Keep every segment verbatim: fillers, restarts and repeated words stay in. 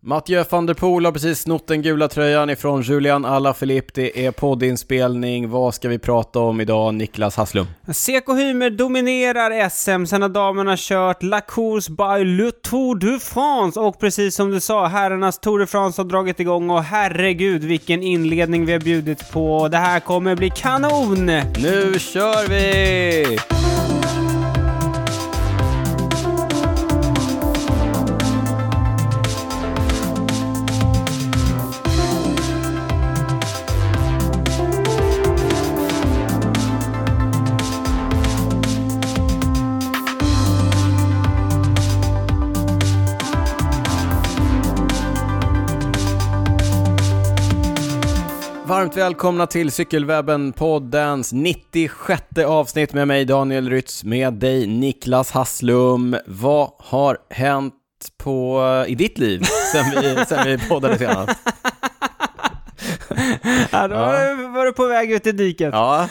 Mathieu van der Poel har precis snott den gula tröjan ifrån Julian Alaphilippe. Det är poddinspelning. Vad ska vi prata om idag, Niklas Hasslum? Seco Hymer dominerar S M sen när damerna kört La Course by Le Tour de France. Och precis som du sa, herrarnas Tour de France har dragit igång. Och herregud, vilken inledning vi har bjudit på. Det här kommer bli kanon! Nu kör vi! Varmt välkomna till Cykelwebben-poddens nittiosjätte avsnitt med mig Daniel Rytz, med dig Niklas Hasslum. Vad har hänt på, i ditt liv sen vi, sen vi poddade senast? Ja, då var, var du på väg ut i diket. Ja,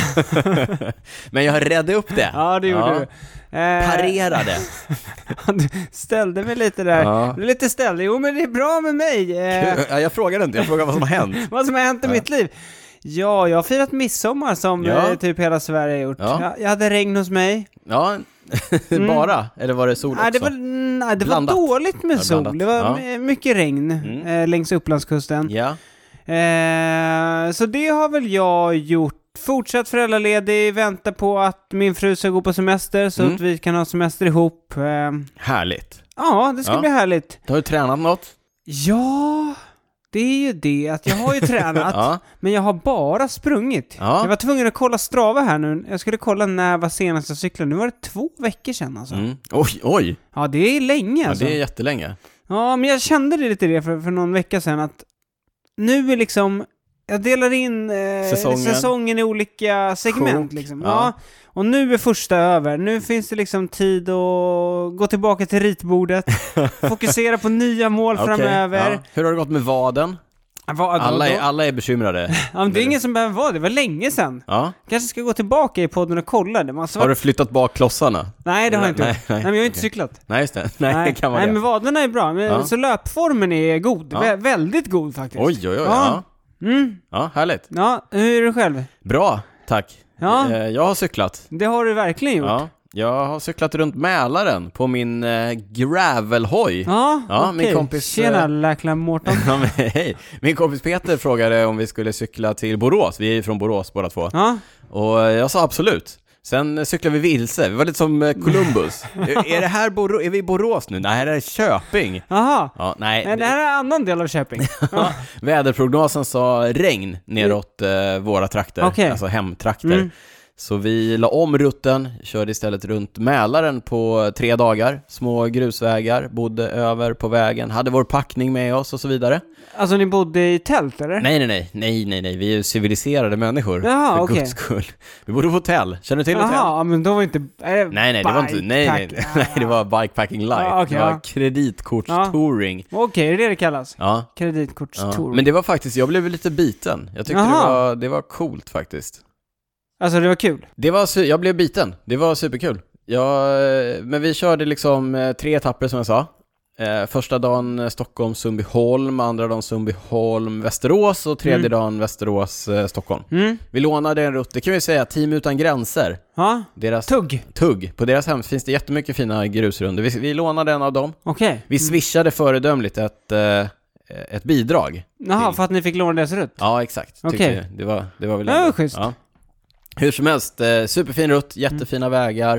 men jag redde upp det. Ja, det gjorde ja. du. Parerade. Du ställde mig lite där. Ja. Du är lite ställd. Jo, men det är bra med mig. Ja, jag frågade inte, jag frågade vad som har hänt. Vad som har hänt i ja. mitt liv. Ja, jag har firat midsommar som ja. eh, typ hela Sverige har gjort. Ja. Jag, jag hade regn hos mig. Ja, bara? Mm. Eller var det sol också? Nej, det var, nej, det var dåligt med ja, sol. Det var ja. mycket regn mm. eh, längs Upplandskusten. Ja. Eh, så det har väl jag gjort. Fortsatt föräldraledig, vänta på att min fru ska gå på semester så mm. att vi kan ha semester ihop. Eh, Härligt. Ja, det ska ja. bli härligt. Har du tränat något? Ja, det är ju det att jag har ju tränat, ja. men jag har bara sprungit. Ja. Jag var tvungen att kolla Strava här nu. Jag skulle kolla när var senaste cykeln. Nu var det två veckor sedan alltså. Mm. Oj, oj. Ja, det är länge alltså. Ja, det är jättelänge. Ja, men jag kände det lite det för, för någon vecka sedan att nu är liksom... Jag delar in eh, säsongen. säsongen i olika segment liksom. Ja. ja. Och nu är första över. Nu finns det liksom tid att gå tillbaka till ritbordet. Fokusera på nya mål okay. framöver. Ja. Hur har det gått med vaden? Vad, alla, är, alla är bekymrade. Ja, men det är ingen som behöver vara det. Det var länge sedan. Ja. Kanske ska gå tillbaka i podden och kolla det. Man har du flyttat bak klossarna? Nej, det har jag inte nej, gjort. Nej, nej, men jag har okay. inte cyklat. Nej, just det. Nej, nej. kan vara nej det. men vaderna är bra. Men, ja. Så löpformen är god. Ja. Vä- väldigt god faktiskt. Oj, oj, oj. Ja. Ja. Mm. Ja, härligt. Ja, hur är du själv? Bra, tack. Ja. Jag har cyklat. Det har du verkligen gjort. Ja. Jag har cyklat runt Mälaren på min eh, gravelhoj. Ja, ja okay. min kompis. Tjena, Läkla Mårton. Ja, men, hej. Min kompis Peter frågade om vi skulle cykla till Borås. Vi är från Borås båda två. Ja. Och jag sa absolut. Sen cyklade vi vilse. Vi var lite som Columbus. är det här Borås? Är vi i Borås nu? Nej, det är Köping. Jaha. Ja, nej. Men det här är en annan del av Köping. Ja. Väderprognosen sa regn neråt eh, våra trakter. Okay. Alltså hemtrakter. Mm. Så vi la om rutten, körde istället runt Mälaren på tre dagar. Små grusvägar, bodde över på vägen, hade vår packning med oss och så vidare. Alltså ni bodde i tält eller? Nej, nej, nej, nej, nej, nej. Vi är ju civiliserade människor. Jaha, för okej. Guds skull. Vi bodde på hotell. Känner du till hotell? Jaha, men då var inte... Nej, nej, det var inte... Nej, nej, nej, nej, det var bikepacking light. Ja, okay, det var ja. kreditkortstouring. Ja. Okej, okay, det är det det kallas? Ja. Kreditkortstouring. Ja. Men det var faktiskt... Jag blev lite biten. Jag tyckte det var, det var coolt faktiskt. Alltså det var kul. Det var jag blev biten. Det var superkul. Jag, men vi körde liksom tre etapper som jag sa. Eh, första dagen Stockholm, Sundbyholm, andra dagen Sundbyholm, Västerås och tredje mm. dagen Västerås, eh, Stockholm. Mm. Vi lånade en rutt, det kan vi säga, Team Utan Gränser. Ja, deras, tugg. Tugg. På deras hem finns det jättemycket fina grusrunder. Vi, vi lånade en av dem. Okej. Okay. Vi swishade föredömligt ett, eh, ett bidrag. Jaha, till... för att ni fick låna deras rutt? Ja, exakt. Okej. Okay. Det var, det var väl ändå. Ja, schysst. Ja. Hur som helst, eh, superfin rutt, jättefina mm. vägar.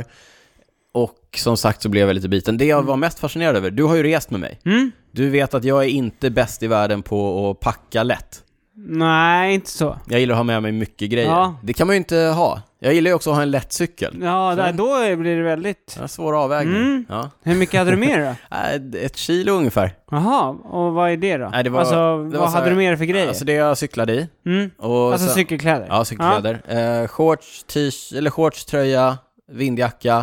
Och som sagt så blev jag lite biten. Det jag var mest fascinerad över, du har ju rest med mig. Mm. Du vet att jag är inte bäst i världen på att packa lätt. Nej, inte så. Jag gillar att ha med mig mycket grejer. Ja. Det kan man ju inte ha. Jag gillar ju också att ha en lätt cykel. Ja, där, då blir det väldigt... Ja, svår avvägning. Mm. Ja. Hur mycket hade du med då? Ett kilo ungefär. Jaha, och vad är det då? Nej, det var, alltså, det vad var hade här, du med för grejer? Alltså det jag cyklade i. Mm. Och alltså så, cykelkläder? Ja, cykelkläder. Ja. Eh, shorts, t-shirt, eller shorts, tröja, vindjacka,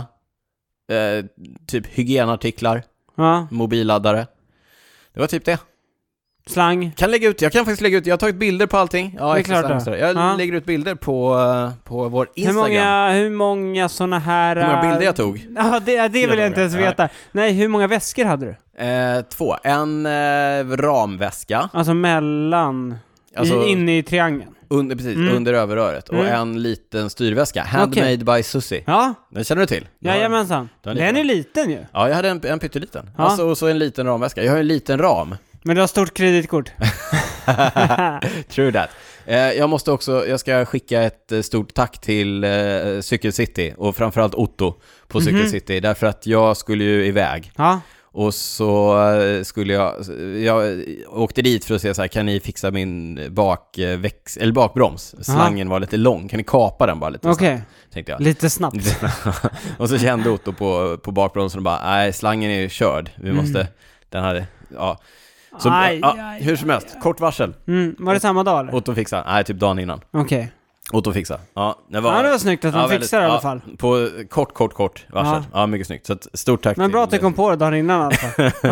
eh, typ hygienartiklar, ja. Mobilladdare. Det var typ det. Slang. Kan lägga ut, jag kan faktiskt lägga ut, jag har tagit bilder på allting. Ja, det är klart slang, jag ja. lägger ut bilder på, på vår Instagram. Hur många, hur många såna här... Hur många bilder jag tog? Ja, det, det vill jag inte ens veta. Nej, hur många väskor hade du? Eh, två. En eh, ramväska. Alltså mellan... Alltså, I, inne i triangeln. Under, precis, mm. under överröret. Och mm. en liten styrväska. Handmade okay. by Susie. Ja. Den känner du till? Jajamensan. Den är, är liten ju. Ja, jag hade en, en pytteliten. Ja. Alltså, och så en liten ramväska. Jag har en liten ram. Men du har stort kreditkort. True that. Eh, jag måste också, jag ska skicka ett stort tack till eh, Cykel City. Och framförallt Otto på mm-hmm. Cykel City. Därför att jag skulle ju iväg. Ja. Och så skulle jag, jag åkte dit för att se så här, kan ni fixa min bakväx, eller bakbroms? Slangen Aha. var lite lång, kan ni kapa den bara lite okay. snabbt? Tänkte jag. Lite snabbt. Och så kände Otto på, på bakbromsen och bara, nej, slangen är körd. Vi måste, mm. den hade, ja. Så, aj, ja, aj, hur som helst, aj, aj. kort varsel. Mm. Var det samma dag eller? Otto fixade, nej, typ dagen innan. Okej. Okay. Otto fixa. Ja, det var, ja, det var snyggt att han ja, fixar i alla fall. Ja, på kort, kort, kort varsel. Ja, ja mycket snyggt. Så att, stort tack. Men bra att du kom på det dagen innan alltså.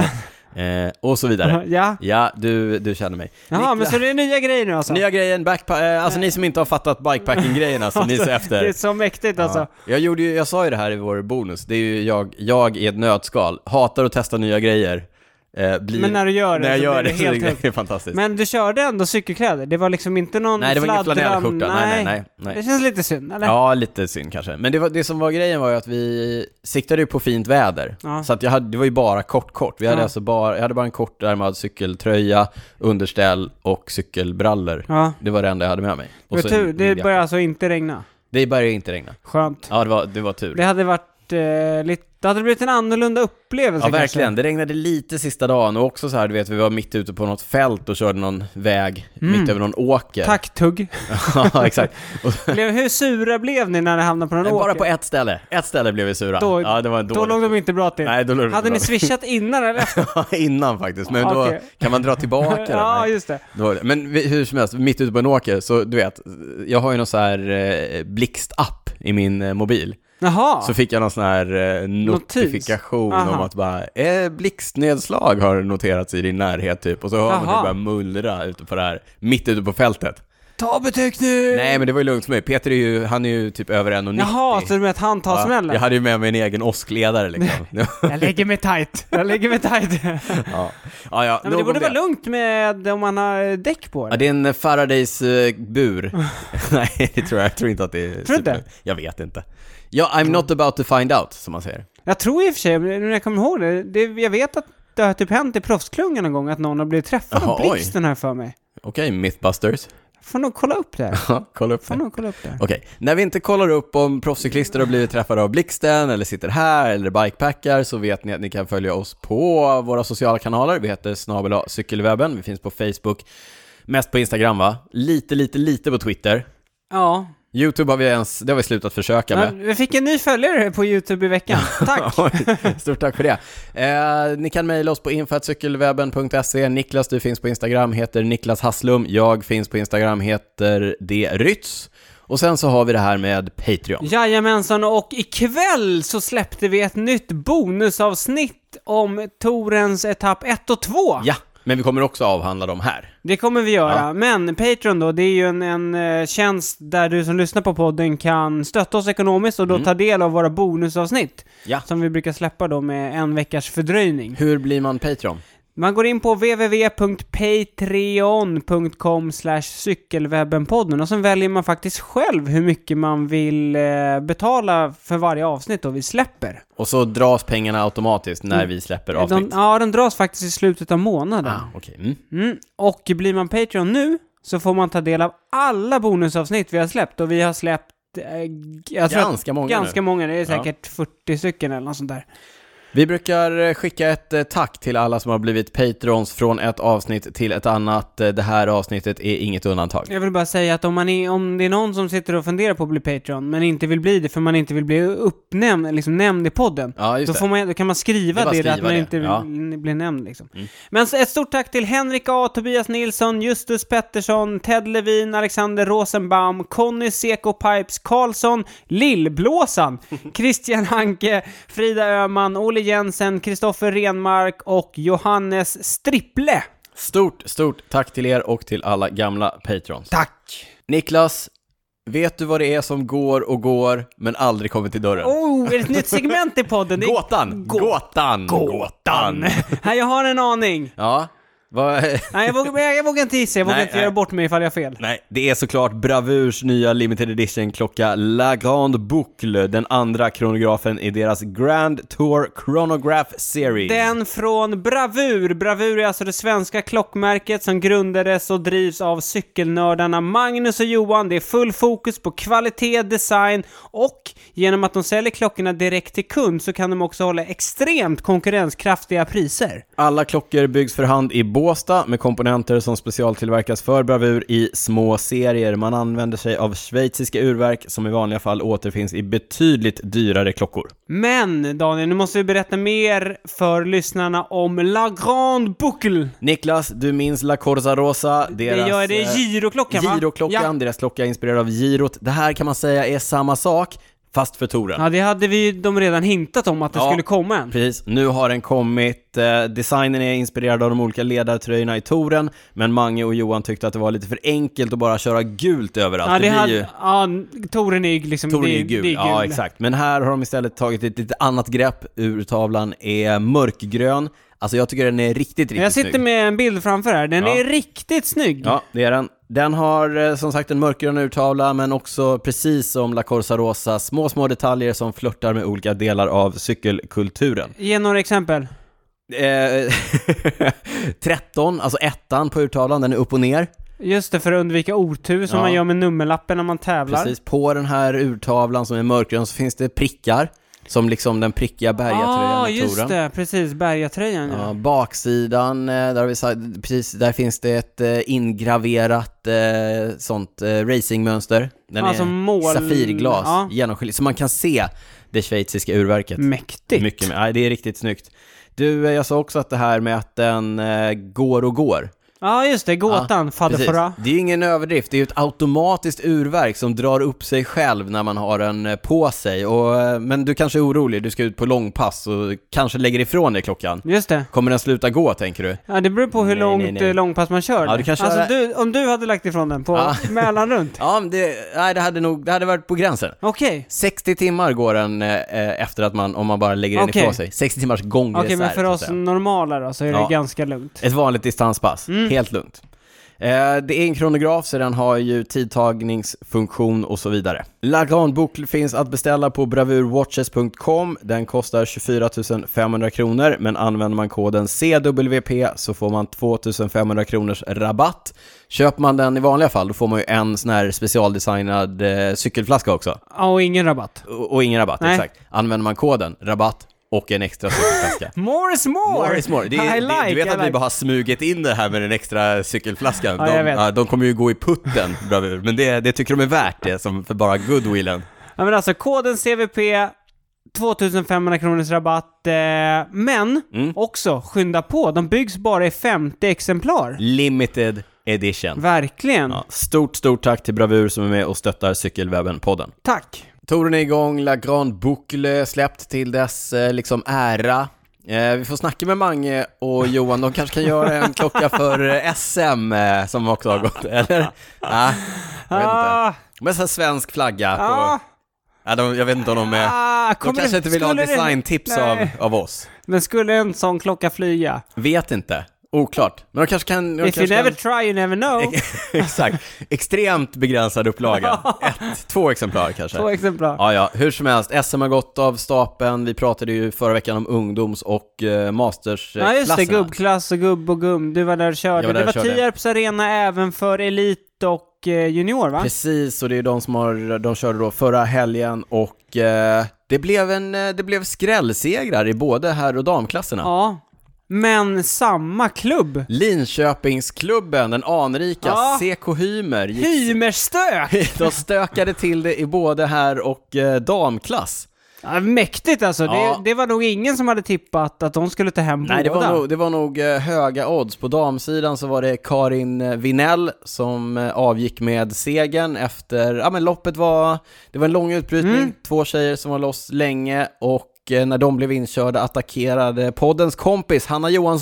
eh, och så vidare. Ja, ja du, du känner mig. Jaha, men så det är nya grejer nu alltså? Nya grejen, backpa- eh, alltså ni som inte har fattat bikepacking-grejerna som ni ser efter. Det är så mäktigt ja. alltså. Jag, gjorde ju, jag sa ju det här i vår bonus. Det är ju jag, jag i ett nötskal. Hatar att testa nya grejer. Eh, blir, men när du gör det, när jag gör det, det helt så det är fantastiskt. Men du körde ändå cykelkläder. Det var liksom inte någon nej, det var ingen flanellskjorta. Nej, nej, nej, nej. Det känns lite synd, eller? Ja, lite synd kanske. Men det, var, det som var grejen var ju att vi siktade ju på fint väder. Ja. Så att jag hade, det var ju bara kort, kort. Vi hade ja. alltså bara, jag hade bara en kortärmad cykeltröja, underställ och cykelbrallor. Ja. Det var det enda jag hade med mig. Och det, tur, det började alltså inte regna? Det började inte regna. Skönt. Ja, det var, det var tur. Det hade varit eh, lite... Det hade blivit en annorlunda upplevelse. Ja, verkligen. Kanske. Det regnade lite sista dagen. Och också så här, du vet, vi var mitt ute på något fält och körde någon väg mm. mitt över någon åker. Tack, tugg. Ja, exakt. blev, hur sura blev ni när det hamnade på någon åker? Bara på ett ställe. Ett ställe blev vi sura. Då, ja, det var då låg de inte bra till. Nej, då låg hade ni swishat innan eller? Ja, innan faktiskt. Men då okay. kan man dra tillbaka det. Ja, just det. Då, men hur som helst, mitt ute på en åker, så du vet, jag har ju någon så här eh, blixtapp i min eh, mobil. Jaha. Så fick jag någon sån här eh, notifikation om att bara eh, blixtnedslag har noterats i din närhet typ. Och så hör man det bara mullra ute på det här, mitt ute på fältet. Ta beteckning! Nej, men det var ju lugnt för mig. Peter är ju, han är ju typ över en nittio. Jaha, så du med att han tar ja, smällen? Jag hade ju med mig en egen åskledare liksom. Jag lägger mig tight. Jag lägger mig tight. ja. Ja, ja. ja men det borde vara lugnt med om man har däck på det. Ja, det är en Faradays uh, bur. Nej, det tror jag. Jag tror inte att det är... Tror du inte? Jag vet inte. Ja, I'm not about to find out, som man säger. Jag tror i och för sig, när jag kommer ihåg det, det jag vet att det har typ hänt i proffsklungan någon gång att någon har blivit träffad av blixten här för mig. Okej, okay, Mythbusters. Får nog kolla upp det. Ja, kolla upp Får det. nog kolla upp det. Okej, okay. När vi inte kollar upp om proffscyklister har blivit träffade av blixten eller sitter här eller bikepackar, så vet ni att ni kan följa oss på våra sociala kanaler. Vi heter snabel A cykelwebben. Vi finns på Facebook, mest på Instagram va? Lite, lite, lite på Twitter. Ja. YouTube har vi ens, det har vi slutat försöka med. Ja, vi fick en ny följare på YouTube i veckan. Tack! Stort tack för det. Eh, ni kan mejla oss på info at cykelwebben punkt se. Niklas, du finns på Instagram, heter Niklas Hasslum. Jag finns på Instagram, heter drytz. Och sen så har vi det här med Patreon. Jajamensan, och ikväll så släppte vi ett nytt bonusavsnitt om Torens etapp ett och två. Ja. Men vi kommer också avhandla dem här. Det kommer vi göra. Ja. Men Patreon då, det är ju en, en uh, tjänst där du som lyssnar på podden kan stötta oss ekonomiskt och då mm. ta del av våra bonusavsnitt. Ja. Som vi brukar släppa då med en veckas fördröjning. Hur blir man Patreon? Man går in på w w w punkt patreon punkt com slash cykelwebbenpodden och sen väljer man faktiskt själv hur mycket man vill eh, betala för varje avsnitt då vi släpper. Och så dras pengarna automatiskt när mm. vi släpper avsnitt? De, ja, de dras faktiskt i slutet av månaden. Ah, okay. mm. Mm. Och blir man Patreon nu så får man ta del av alla bonusavsnitt vi har släppt, och vi har släppt eh, ganska många ganska nu. många, det är säkert ja. fyrtio stycken eller något sånt där. Vi brukar skicka ett eh, tack till alla som har blivit patrons från ett avsnitt till ett annat. Det här avsnittet är inget undantag. Jag vill bara säga att om, man är, om det är någon som sitter och funderar på att bli patron men inte vill bli det för man inte vill bli uppnämnd, liksom nämnd i podden, ja, då, får man, då kan man skriva det, skriva att man det. inte ja. vill bli nämnd liksom. Mm. Men ett stort tack till Henrik A, Tobias Nilsson, Justus Pettersson, Ted Levin, Alexander Rosenbaum, Conny Seko Pipes Karlsson, Lillblåsan, Christian Hanke, Frida Öman, Olle Jensen, Kristoffer Renmark och Johannes Stripple. Stort, stort tack till er och till alla gamla patrons. Tack! Niklas, vet du vad det är som går och går men aldrig kommer till dörren? Oh, är det ett nytt segment i podden? Gåtan! Gåtan! Gåtan! Nej, jag har en aning. Ja. Va? Nej, jag vågar, jag vågar inte gissa. Jag vågar nej, inte nej. göra bort mig ifall jag har fel. Nej, det är såklart Bravurs nya limited edition klocka La Grande Boucle, den andra kronografen i deras Grand Tour Chronograph Series. Den från Bravur. Bravur är alltså det svenska klockmärket som grundades och drivs av cykelnördarna Magnus och Johan. Det är full fokus på kvalitet, design och genom att de säljer klockorna direkt till kund så kan de också hålla extremt konkurrenskraftiga priser. Alla klockor byggs för hand i Båstad med komponenter som specialtillverkas för Bravur i små serier. Man använder sig av schweiziska urverk som i vanliga fall återfinns i betydligt dyrare klockor. Men Daniel, nu måste vi berätta mer för lyssnarna om La Grande Boucle. Niklas, du minns La Corsa Rosa. Deras, det gör det Giroklockan, va? Giroklockan, ja. Deras klocka är inspirerad av Girot. Det här kan man säga är samma sak. Fast för touren. Ja, det hade vi de redan hintat om att det ja, skulle komma än. Precis, nu har den kommit. eh, Designen är inspirerad av de olika ledartröjorna i touren. Men Mange och Johan tyckte att det var lite för enkelt att bara köra gult överallt. Ja, det, det hade, ju... ja touren är ju liksom touren det, är gul. Det är gul. Ja, exakt. Men här har de istället tagit ett lite annat grepp. Urtavlan är mörkgrön. Alltså jag tycker den är riktigt, riktigt snygg. Jag sitter snygg. med en bild framför här. Den ja. är riktigt snygg. Ja, det är den. Den har som sagt en mörkgrön urtavla men också precis som La Corsa Rosa små små detaljer som flörtar med olika delar av cykelkulturen. Ge några exempel. Eh, tretton, alltså ettan på urtavlan, den är upp och ner. Just det, för att undvika otur som ja. man gör med nummerlappen när man tävlar. Precis, på den här urtavlan som är mörkgrön så finns det prickar. Som liksom den prickiga bergatröjan ah, i touren. Just det, precis, bergatröjan. Ja. Ja, baksidan, där, har vi sagt, precis, där finns det ett eh, ingraverat eh, sånt eh, racingmönster. Den alltså är mål... safirglas, ja. genomskinligt. Så man kan se det schweiziska urverket. Mäktigt. Mycket, nej, det är riktigt snyggt. Du, jag sa också att det här med att den eh, går och går. Ja, just det, gåtan, ja, faderfora. Det är ju ingen överdrift, det är ju ett automatiskt urverk som drar upp sig själv när man har den på sig. Och, men du kanske är orolig, du ska ut på långpass och kanske lägger ifrån dig klockan. Just det. Kommer den sluta gå, tänker du? Ja, det beror på hur nej, långt nej, nej. långpass man kör. Ja, du kanske alltså, har... du, om du hade lagt ifrån den på ja. Mälan runt. Ja, men det, nej, det hade nog det hade varit på gränsen. Okej. Okay. sextio timmar går den eh, efter att man, om man bara lägger den okay. ifrån sig. sextio timmars gångreserv. Okej, okay, men för oss normala då, så är det ja. ganska lugnt. Ett vanligt distanspass, mm. helt lugnt. Eh, det är en kronograf så den har ju tidtagningsfunktion och så vidare. La Grande Boucle finns att beställa på bravurwatches punkt com. Den kostar tjugofyra tusen femhundra kronor, men använder man koden C W P så får man två tusen femhundra kronors rabatt. Köper man den i vanliga fall då får man ju en sån här specialdesignad eh, cykelflaska också. Ja, och ingen rabatt. Och, och ingen rabatt, nej. Exakt. Använder man koden rabatt och en extra cykelflaska. More is more! More is more. Det är, I like, det, du vet I att like. vi bara har smugit in det här med den extra cykelflaskan. Ja, de, ja, de kommer ju gå i putten, bravur. Men det, det tycker de är värt det, som för bara goodwillen. Ja, men alltså, koden C V P, två tusen femhundra kronors rabatt. Eh, men mm. också, skynda på. De byggs bara i femtio exemplar. Limited edition. Verkligen. Ja, stort, stort tack till Bravur som är med och stöttar Cykelwebben-podden. Tack. Touren är igång, La Grande Boucle släppt till dess eh, liksom ära. Eh, vi får snacka med Mange och Johan, de kanske kan göra en klocka för eh, S M eh, som också har gått, eller? Ja, jag vet ah. inte. Med så här svensk flagga på... Ah. Ja, de, jag vet inte om de är... Ah, de kanske inte vill ha designtips av, av oss. Men skulle en sån klocka flyga? Vet inte. Oklart. Men de kanske kan... De If kanske you never kan... try, you never know. Exakt. Extremt begränsad upplaga. Ett, två exemplar kanske. Två exemplar. Ja, ja. Hur som helst. S M har gått av stapeln. Vi pratade ju förra veckan om ungdoms- och uh, mastersklasserna. Ja, just det. Gubbklass och gubb och gum. Du var där och körde. Var där det var körde. Tierps arena även för elit och uh, junior, va? Precis. Och det är de som har... De körde då förra helgen och uh, det blev en... Uh, det blev skrällsegrar i både herr- och damklasserna. Ja. Men samma klubb. Linköpingsklubben, den anrika ja. C K Hymer. Hymerstök! De stökade till det i både här och eh, damklass. Ja, mäktigt alltså. Ja. Det, det var nog ingen som hade tippat att de skulle ta hem Nej, båda. Det var nog, det var nog eh, höga odds. På damsidan så var det Karin Vinell som eh, avgick med segern efter... Ja, men loppet var... Det var en lång utbrytning. Mm. Två tjejer som var loss länge och när de blev inkörda attackerade poddens kompis Hanna Johansson.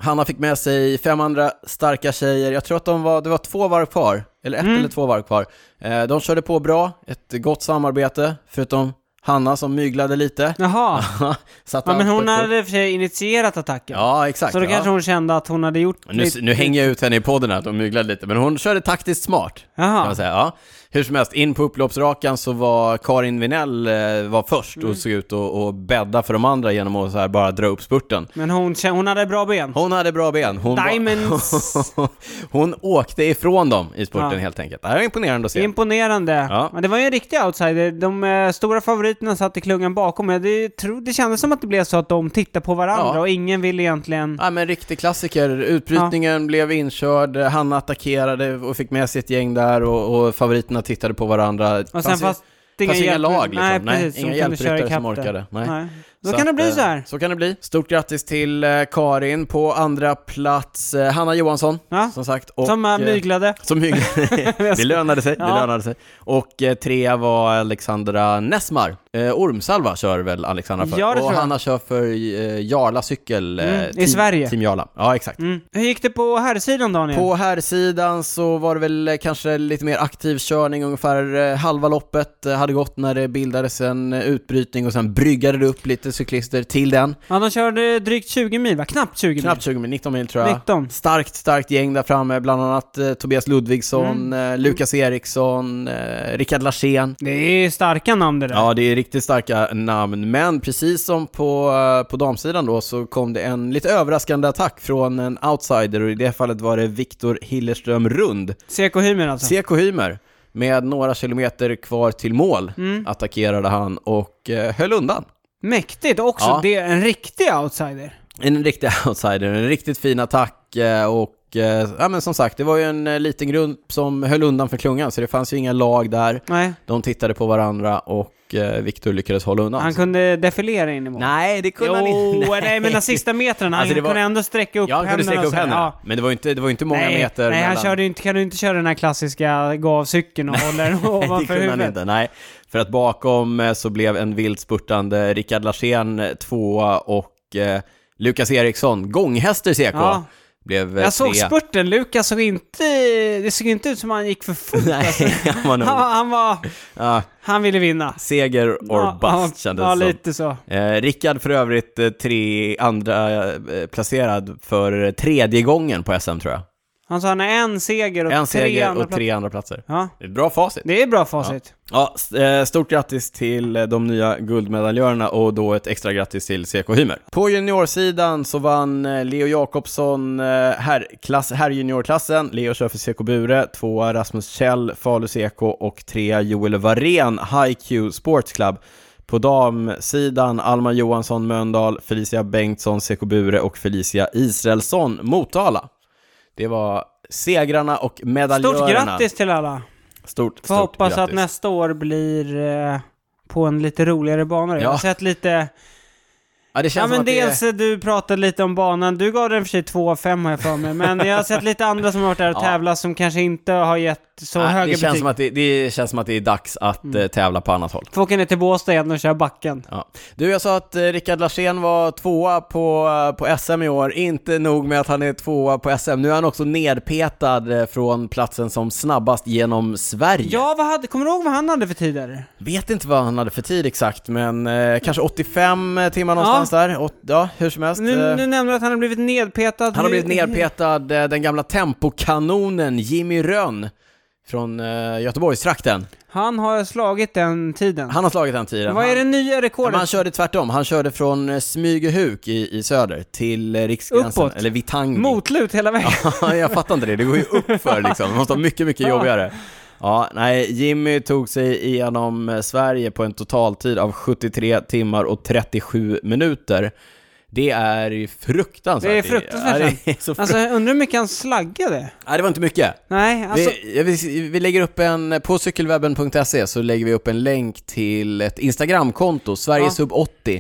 Hanna fick med sig fem andra starka tjejer. Jag tror att de var, det var två varv kvar. Eller ett mm. eller två varv kvar. Eh, de körde på bra. Ett gott samarbete. Förutom Hanna som myglade lite. Jaha. ja, men hon hade för sig initierat attacken. Ja, exakt. Så då ja. kanske hon kände att hon hade gjort... Nu, lite, nu hänger jag ut henne i podden att hon myglade lite. Men hon körde taktiskt smart. Jaha. Kan man säga. Ja. Hur som helst, in på upploppsrakan så var Karin Vinell eh, var först mm. och såg ut och, och bädda för de andra genom att så här bara dra upp spurten. Men hon, hon hade bra ben. Hon hade bra ben. Hon, Diamonds. Var, hon åkte ifrån dem i spurten ja. helt enkelt. Det här är imponerande att se. Imponerande. Ja. Men det var ju en riktig outsider. De eh, stora favoriterna satt i klungan bakom. Men det, tro, det kändes som att det blev så att de tittade på varandra ja. och ingen ville egentligen... Ja, men riktig klassiker. Utbrytningen ja. blev inkörd. Hanna attackerade och fick med sig ett gäng där och, och favoriterna tittade på varandra. Och sen fast det inga, inga lag liksom. Nej, precis, nej inga hjälpryttare som orkade. Nej. Nej. Då så kan att, det bli så här. Så kan det bli. Stort grattis till eh, Karin på andra plats. Eh, Hanna Johansson, ja. som sagt. Och, som äh, myglade. Eh, som myglade. det lönade sig. Ja. Det lönade sig. Och eh, trea var Alexandra Nessmar. Eh, Ormsalva kör väl Alexandra för. Ja, och Hanna kör för eh, Jarla cykel. Eh, mm, team, I Sverige. Team Jarla. Ja, exakt. Mm. Hur gick det på herrsidan, Daniel? På herrsidan så var det väl kanske lite mer aktiv körning. Ungefär eh, halva loppet eh, hade gått när det bildades en eh, utbrytning och sen bryggade det upp lite cyklister till den. Ja, de körde drygt tjugo mil, va? Knappt tjugo mil. Knappt tjugo mil, nitton mil tror jag. nitton. Starkt, starkt gäng där framme. Bland annat eh, Tobias Ludvigsson, mm. eh, Lukas Eriksson, eh, Rickard Larsén. Det är starka namn det där. Ja, det är riktigt starka namn. Men precis som på, eh, på damsidan då så kom det en lite överraskande attack från en outsider. Och i det fallet var det Viktor Hillerström Rund. C K Hymer alltså. C K Hymer. Med några kilometer kvar till mål mm. attackerade han och eh, höll undan. Mäktigt också, ja. Det är en riktig outsider. En riktig outsider, en riktigt fin attack och ja, men som sagt, det var ju en liten grund som höll undan för klungan så det fanns ju inga lag där. Nej. De tittade på varandra och Viktor lyckades hålla undan. Han kunde defilera in i mål. Nej, det kunde jo, han inte. Nej, nej men de sista metrarna, alltså, han var... kunde ändå sträcka upp ja, han kunde sträcka upp händerna. Ja. Men det var ju inte, det var inte många nej, meter. Nej, mellan... han körde inte, kan du inte köra den här klassiska gå av cykeln och hålla den ovanför huvudet. Han inte, nej. För att bakom så blev en vild spurtande Rickard Larsén tvåa och eh, Lukas Eriksson, gånghäster C K. Ja. Blev jag såg spurten, Lukas såg inte, det såg inte ut som han gick för fullt. Nej, alltså. han var nog... han, han var, ja. han ville vinna. Seger or ja, bust kändes ja, som. lite så. Eh, Rickard för övrigt eh, tre andra eh, placerad för tredje gången på S M tror jag. Han sa han är en seger och, en tre, seger andra och tre andra platser. Ja. Det är ett bra facit. Det är bra facit. Ja, ja stort grattis till de nya guldmedaljörerna och då ett extra grattis till C K Hymer. På juniorsidan så vann Leo Jakobsson herrklass, herrjuniorklassen. Leo kör för C K Bure, tvåa Rasmus Kjell, Falu C K och trea Joel Varén, High Q Sports Club. På damsidan Alma Johansson Mölndal, Felicia Bengtsson C K Bure och Felicia Israelsson Motala. Det var segrarna och medaljörerna. Stort grattis till alla. Stort, Får stort hoppas grattis. att nästa år blir eh, på en lite roligare bana. Ja. Jag har sett lite... Ja, det känns ja men som dels det... du pratade lite om banan. Du gav den för sig två av fem här för mig. Men jag har sett lite andra som har varit där och ja. tävlat som kanske inte har gett så ja, höga det känns betyg. Som att det, det känns som att det är dags att mm. tävla på annat håll. Får åka ner till Båstad igen och köra backen. Ja. Du, jag sa att eh, Rickard Larsén var tvåa på, på S M i år. Inte nog med att han är tvåa på S M. Nu är han också nedpetad eh, från platsen som snabbast genom Sverige. Ja, vad hade, kommer du ihåg vad han hade för tider? Vet inte vad han hade för tid exakt, men eh, kanske åttiofem timmar någonstans ja. där. Åt, ja, hur som helst. Nu, nu nämnde du att han har blivit nedpetad. Han har blivit nedpetad, eh, den gamla tempokanonen Jimmy Rönn från eh, Göteborgstrakten. Han har slagit den tiden. Han har slagit den tiden. Vad är det nya rekordet? Han körde tvärtom. Han körde från Smygehuk i, i söder till eh, Riksgränsen. Uppåt. Eller Vittangi. Motlut hela vägen. Ja, jag fattar inte det. Det går ju upp för liksom. Det måste vara mycket, mycket jobbigare. Ja, nej, Jimmy tog sig igenom Sverige på en totaltid av sjuttiotre timmar och trettiosju minuter. Det är ju fruktansvärt. Det är fruktansvärt. Ja, det är så frukt... Alltså, undrar hur mycket han slaggade. Nej, det var inte mycket. Nej, alltså... vi, vi, vi lägger upp en, på cykelwebben punkt se så lägger vi upp en länk till ett Instagramkonto, Sverige ja. Sub åttio,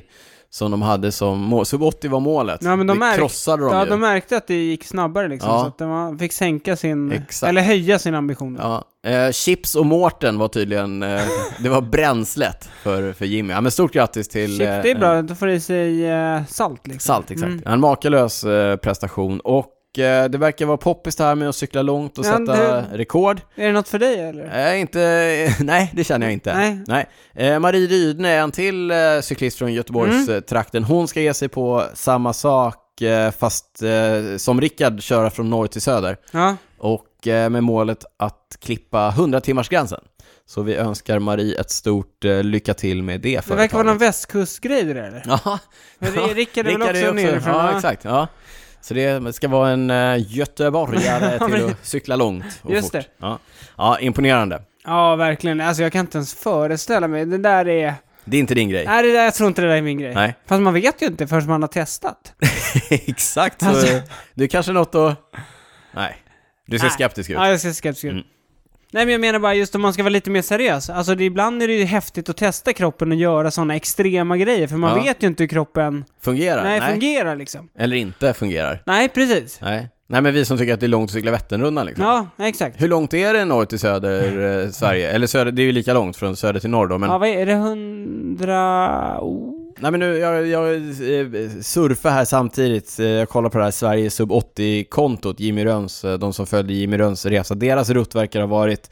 som de hade som mål. Sub åttio var målet. Ja, men de det märk- krossade de ja, ju. de märkte att det gick snabbare liksom, Ja. så att man fick sänka sin, Exakt. eller höja sin ambition. Ja. Eh, Chips och Mårten var tydligen, eh, det var bränslet för, för Jimmy. Ja, men stort grattis till... Chips, eh, det är bra, då får det i sig eh, salt liksom. Salt, exakt. Mm. En makalös eh, prestation. Och eh, det verkar vara poppis det här med att cykla långt och Ja, sätta det- rekord. Är det något för dig eller? Eh, inte, nej, det känner jag inte. Nej. nej. Eh, Marie Rydne är en till eh, cyklist från Göteborgs Mm. eh, trakten. Hon ska ge sig på samma sak, eh, fast eh, som Rickard, köra från norr till söder. Ja. Och eh, med målet att klippa hundra-timmarsgränsen. Så vi önskar Marie ett stort eh, lycka till med det Det företaget. verkar vara någon västkustgrej det där eller? Ja, Men det- Rickard är väl Rickard också nerifrån, Ja, va? exakt. Ja. Så det ska vara en uh, göteborgare Ja, till men- att cykla långt och Just fort. det. Ja. ja, imponerande. Ja, verkligen. Alltså jag kan inte ens föreställa mig. Det där är... Det är inte din grej. Nej, det där, jag tror inte det där är min grej. Nej. Fast man vet ju inte förrän man har testat. Exakt, så Alltså- du kanske något att... Nej, du ser Nej. skeptisk ut. Ja, jag ser skeptisk ut. Mm. Nej, men jag menar bara just om man ska vara lite mer seriös. Alltså det, ibland är det ju häftigt att testa kroppen och göra sådana extrema grejer. För man Ja. vet ju inte hur kroppen Fungerar? nej, fungerar liksom. Eller inte fungerar? Nej, precis. Nej. Nej, men vi som tycker att det är långt att cykla Vätternrundan liksom. Ja, exakt. Hur långt är det norr till söder eh, Sverige? Eller söder, det är ju lika långt från söder till norr då, men... Ja, vad är det? Hundra... Oh. Nej, men nu, jag, jag eh, surfar här samtidigt. Eh, Jag kollar på det här Sverige Sub åttio-kontot, Jimmy Röns, eh, de som följde Jimmy Röns resa. Deras rutt verkar ha varit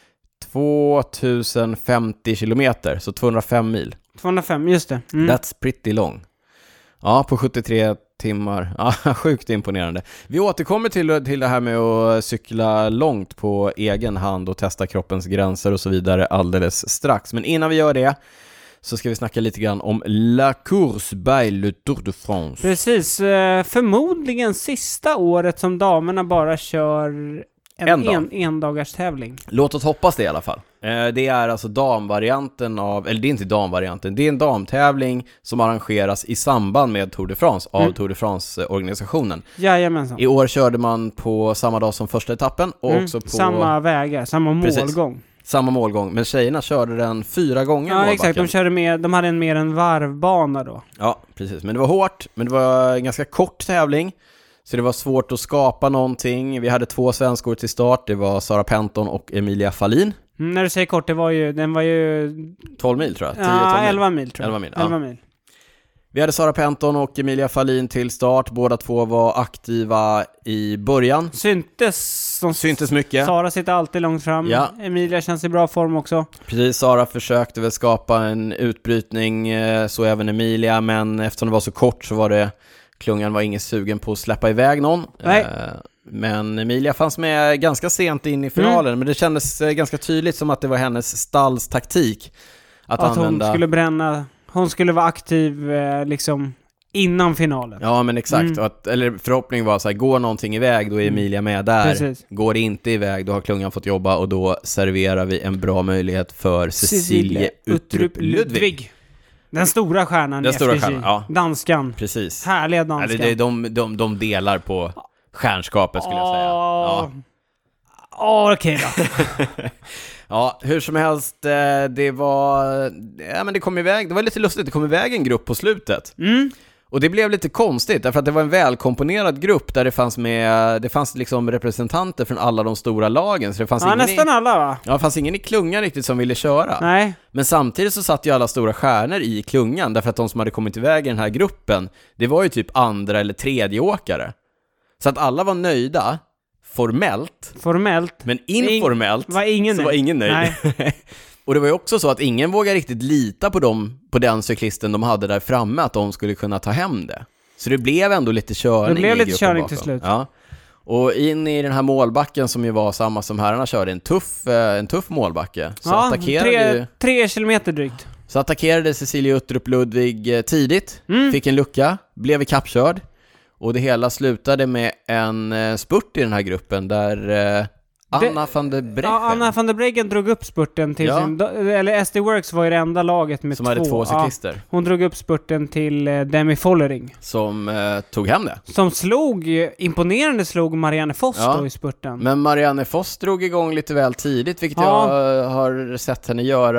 tvåtusen femtio kilometer, så tvåhundrafem mil. tvåhundrafem, just det. Mm. That's pretty long. Ja, på sjuttiotre timmar. Ja, sjukt imponerande. Vi återkommer till, till det här med att cykla långt på egen hand och testa kroppens gränser och så vidare alldeles strax. Men innan vi gör det så ska vi snacka lite grann om La Course by le Tour de France. Precis. eh, Förmodligen sista året som damerna bara kör en, En dag. en, en dagars tävling. Låt oss hoppas det i alla fall. Eh, Det är alltså damvarianten av, eller det är inte damvarianten, det är en damtävling som arrangeras i samband med Tour de France av Mm. Tour de France-organisationen. Jajamensan. I år körde man på samma dag som första etappen och Mm, också på samma vägar, samma Precis. målgång. samma målgång. Men tjejerna körde den fyra gånger Ja, målbacken. exakt. De körde med, de hade en mer en varvbana då. Ja, precis. Men det var hårt, men det var en ganska kort tävling. Så det var svårt att skapa någonting. Vi hade två svenskor till start. Det var Sara Penton och Emilia Fahlin. Mm, när du säger kort, det var ju, den var ju... tolv mil tror jag. tio, Ja, tolv mil. elva mil tror jag. elva mil, ja. elva mil. Vi hade Sara Penton och Emilia Fahlin till start. Båda två var aktiva i början. Syntes, de Syntes mycket. Sara sitter alltid långt fram. Ja. Emilia känns i bra form också. Precis, Sara försökte väl skapa en utbrytning, eh, så även Emilia, men eftersom det var så kort så var det, klungan var ingen sugen på att släppa iväg någon. Nej. Eh, Men Emilia fanns med ganska sent in i finalen, Mm. men det kändes eh, ganska tydligt som att det var hennes stalls taktik att, Att använda... hon skulle bränna, hon skulle vara aktiv eh, liksom innan finalen. Ja, men exakt. Mm. Och att, eller förhoppningen var så här, går någonting iväg då är Emilia med där. Precis. Går det inte iväg då har klungan fått jobba och då serverar vi en bra möjlighet för Cecilie Uttrup Ludvig. Den stora stjärnan Den i stora F D G. stjärnan, ja. Danskan. Precis. Härliga Eller danskan. det, de, de, de delar på stjärnskapet skulle jag säga. Ja. Ja, okej då. Ja, hur som helst, eh, det var... Ja, men det kom iväg, det var lite lustigt, det kom iväg en grupp på slutet. Mm. Och det blev lite konstigt, därför att det var en välkomponerad grupp där det fanns med, det fanns liksom representanter från alla de stora lagen, så det fanns Ja, ingen nästan i, alla va? ja, det fanns ingen i klungan riktigt som ville köra. Nej. Men samtidigt så satt ju alla stora stjärnor i klungan, därför att de som hade kommit iväg i den här gruppen, det var ju typ andra eller tredje åkare. Så att alla var nöjda, formellt, Formellt. men informellt Var ingen så nöjd. var ingen nöjd. Nej. Och det var ju också så att ingen vågar riktigt lita på dem, på den cyklisten de hade där framme, att de skulle kunna ta hem det. Så det blev ändå lite körning. Det blev i lite gruppen körning bakom. till slut. Ja. Och in i den här målbacken som ju var samma som herrarna körde, en tuff, eh, en tuff målbacke. Så, Ja, attackerade tre, ju, tre kilometer drygt. så attackerade Cecilie Uttrup Ludvig eh, tidigt, Mm. fick en lucka, blev ikappkörd. Och det hela slutade med en eh, spurt i den här gruppen där eh, Anna van der Breggen, Ja, Anna van der Breggen drog upp spurten till Ja. sin... Eller S D Works var ju det enda laget med som två. hade två cyklister, Ja, hon drog upp spurten till eh, Demi Follering. som eh, tog hem det. Som slog, eh, imponerande slog Marianne Foss Ja. då i spurten. Men Marianne Foss drog igång lite väl tidigt, vilket Ja. jag eh, har sett henne göra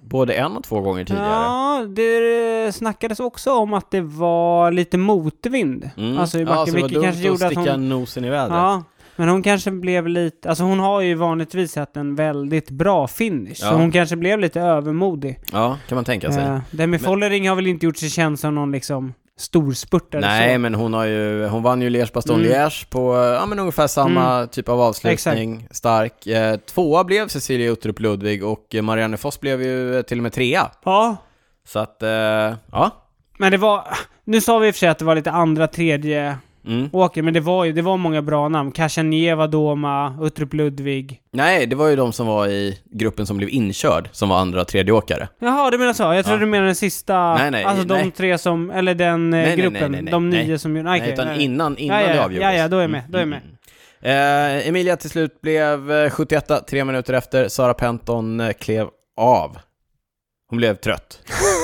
både en och två gånger tidigare. Ja, det snackades också om att det var lite motvind. Mm. Alltså i backen, ja, så vilket det var kanske dumt gjorde att att sticka hon... nosen i vädret. Ja, men hon kanske blev lite... Alltså hon har ju vanligtvis haft en väldigt bra finish. Ja. Så hon kanske blev lite övermodig. Ja, kan man tänka sig. Uh, Demi men... Follering har väl inte gjort sig känd som någon liksom... storspurtare. Nej, så. men hon har ju hon vann ju Liège-Bastogne-Liège mm. på ja, men ungefär samma mm. typ av avslutning. Exakt. Stark. Eh, tvåa blev Cecilia Uttrup Ludvig och Marianne Foss blev ju till och med trea. Ja. Så att, eh, ja. Men det var, nu sa vi i och för sig att det var lite andra, tredje mm. åker, men det var ju, det var många bra namn. Kashanieva, Doma, Uttrup Ludvig. Nej, det var ju de som var i gruppen som blev inkörd, som var andra, tredje åkare. Jaha, det menar så. Jag tror ja. du menar den sista, nej, nej, alltså nej. de tre som, eller den nej, gruppen, nej, nej, nej, de nio nej. som... Nej, nej, utan nej. innan, innan ja, ja, det avgjordes. Ja, ja, då är jag med, då är jag med. Mm. Eh, Emilia till slut blev sjuttioett, tre minuter efter. Sara Penton klev av. Hon blev trött.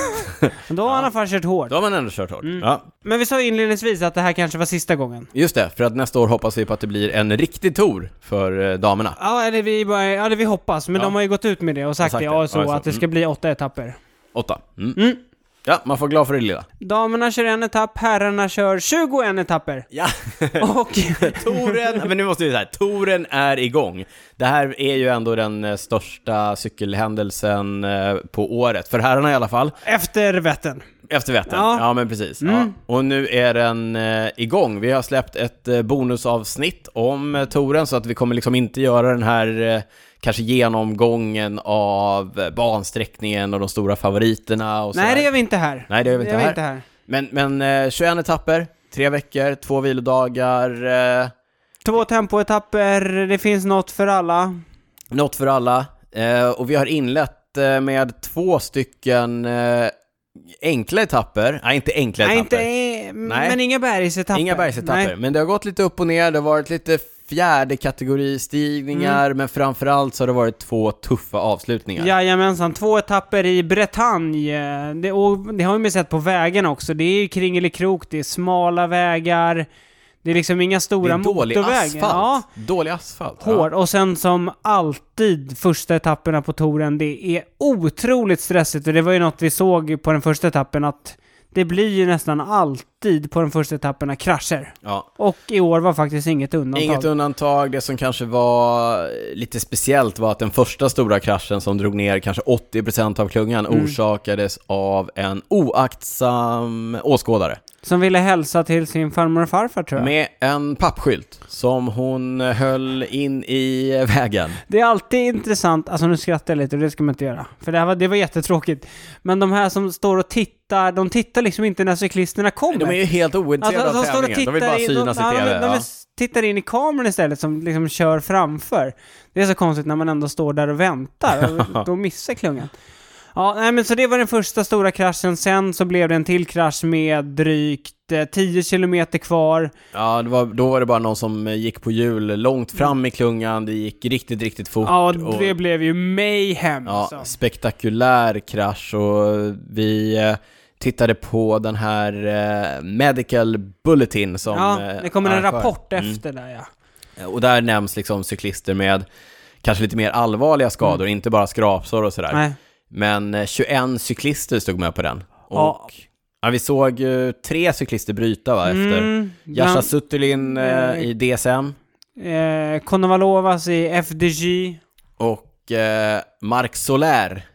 Då har ja. han i alla fall kört hårt. Då har man ändå kört hårt. Mm. Ja. Men vi sa inledningsvis att det här kanske var sista gången. Just det, för att nästa år hoppas vi på att det blir en riktig tour för eh, damerna. Ja, eller vi, bara, ja, eller vi hoppas. Men ja. de har ju gått ut med det och sagt, sagt det, ja, så, ja, så att det ska mm. bli åtta etapper. Åtta. Mm. Mm. Ja, man får glad för det lilla. Damerna kör en etapp, herrarna kör tjugoen etapper. Ja. Och touren, men nu måste vi säga, touren är igång. Det här är ju ändå den största cykelhändelsen på året, för herrarna i alla fall. Efter Vättern. Efter Vättern, ja, ja men precis. Mm. Ja. Och nu är den eh, igång. Vi har släppt ett eh, bonusavsnitt om eh, touren, så att vi kommer liksom inte göra den här... Eh, kanske genomgången av bansträckningen och de stora favoriterna och så. Nej, det gör vi inte här. Nej, det gör vi inte, det här. inte här. Men, men eh, tjugoen etapper, tre veckor, två vilodagar. Eh, två tempoetapper, det finns något för alla. Något för alla. Eh, och vi har inlett eh, med två stycken eh, enkla etapper. Nej, inte enkla Nej, etapper. Inte, Nej, men inga bergsetapper. Inga bergsetapper. Nej. Men det har gått lite upp och ner, det har varit lite fjärde kategoristigningar, mm. men framförallt så har det varit två tuffa avslutningar. Jajamensan, två etapper i Bretagne. Det, och det har vi sett på vägen också. Det är ju kringelikrok, det är smala vägar. Det är liksom inga stora motorvägar. Dålig asfalt. Ja. Dålig asfalt. Hård. Ja. Och sen som alltid första etapperna på touren, det är otroligt stressigt. Och det var ju något vi såg på den första etappen, att det blir ju nästan alltid på de första etapperna krascher. Ja. Och i år var faktiskt inget undantag. Inget undantag. Det som kanske var lite speciellt var att den första stora kraschen som drog ner kanske åttio procent av klungan mm. orsakades av en oaktsam åskådare. Som ville hälsa till sin farmor och farfar, tror jag. Med en pappskylt som hon höll in i vägen. Det är alltid intressant. Alltså nu skrattar jag lite och det ska man inte göra. För det, här var, det var jättetråkigt. Men de här som står och tittar, de tittar liksom inte när cyklisterna kommer. De är ju helt ointresserade alltså, av tävlingen. De vill bara synas in, de, i tv. De, de, de, ja. de tittar in i kameran istället som liksom kör framför. Det är så konstigt när man ändå står där och väntar. Och då missar klungan. Ja, nej, men så det var den första stora kraschen. Sen så blev det en till krasch med drygt tio kilometer kvar. Ja, det var, då var det bara någon som gick på hjul långt fram i klungan. Det gick riktigt, riktigt fort. Ja, det och, blev ju mayhem. Ja, så. Spektakulär krasch. Och vi eh, tittade på den här eh, Medical Bulletin som... Ja, det kommer en rapport mm. efter där, ja. Och där nämns liksom cyklister med kanske lite mer allvarliga skador. Mm. Inte bara skrapsår och sådär. Nej. Men tjugoen cyklister stod med på den. Och ja. Ja, vi såg uh, tre cyklister bryta va, efter. Mm, Jasha Suttelin uh, i D S M. Eh, Konovalovas i F D G. Och uh, Marc Soler.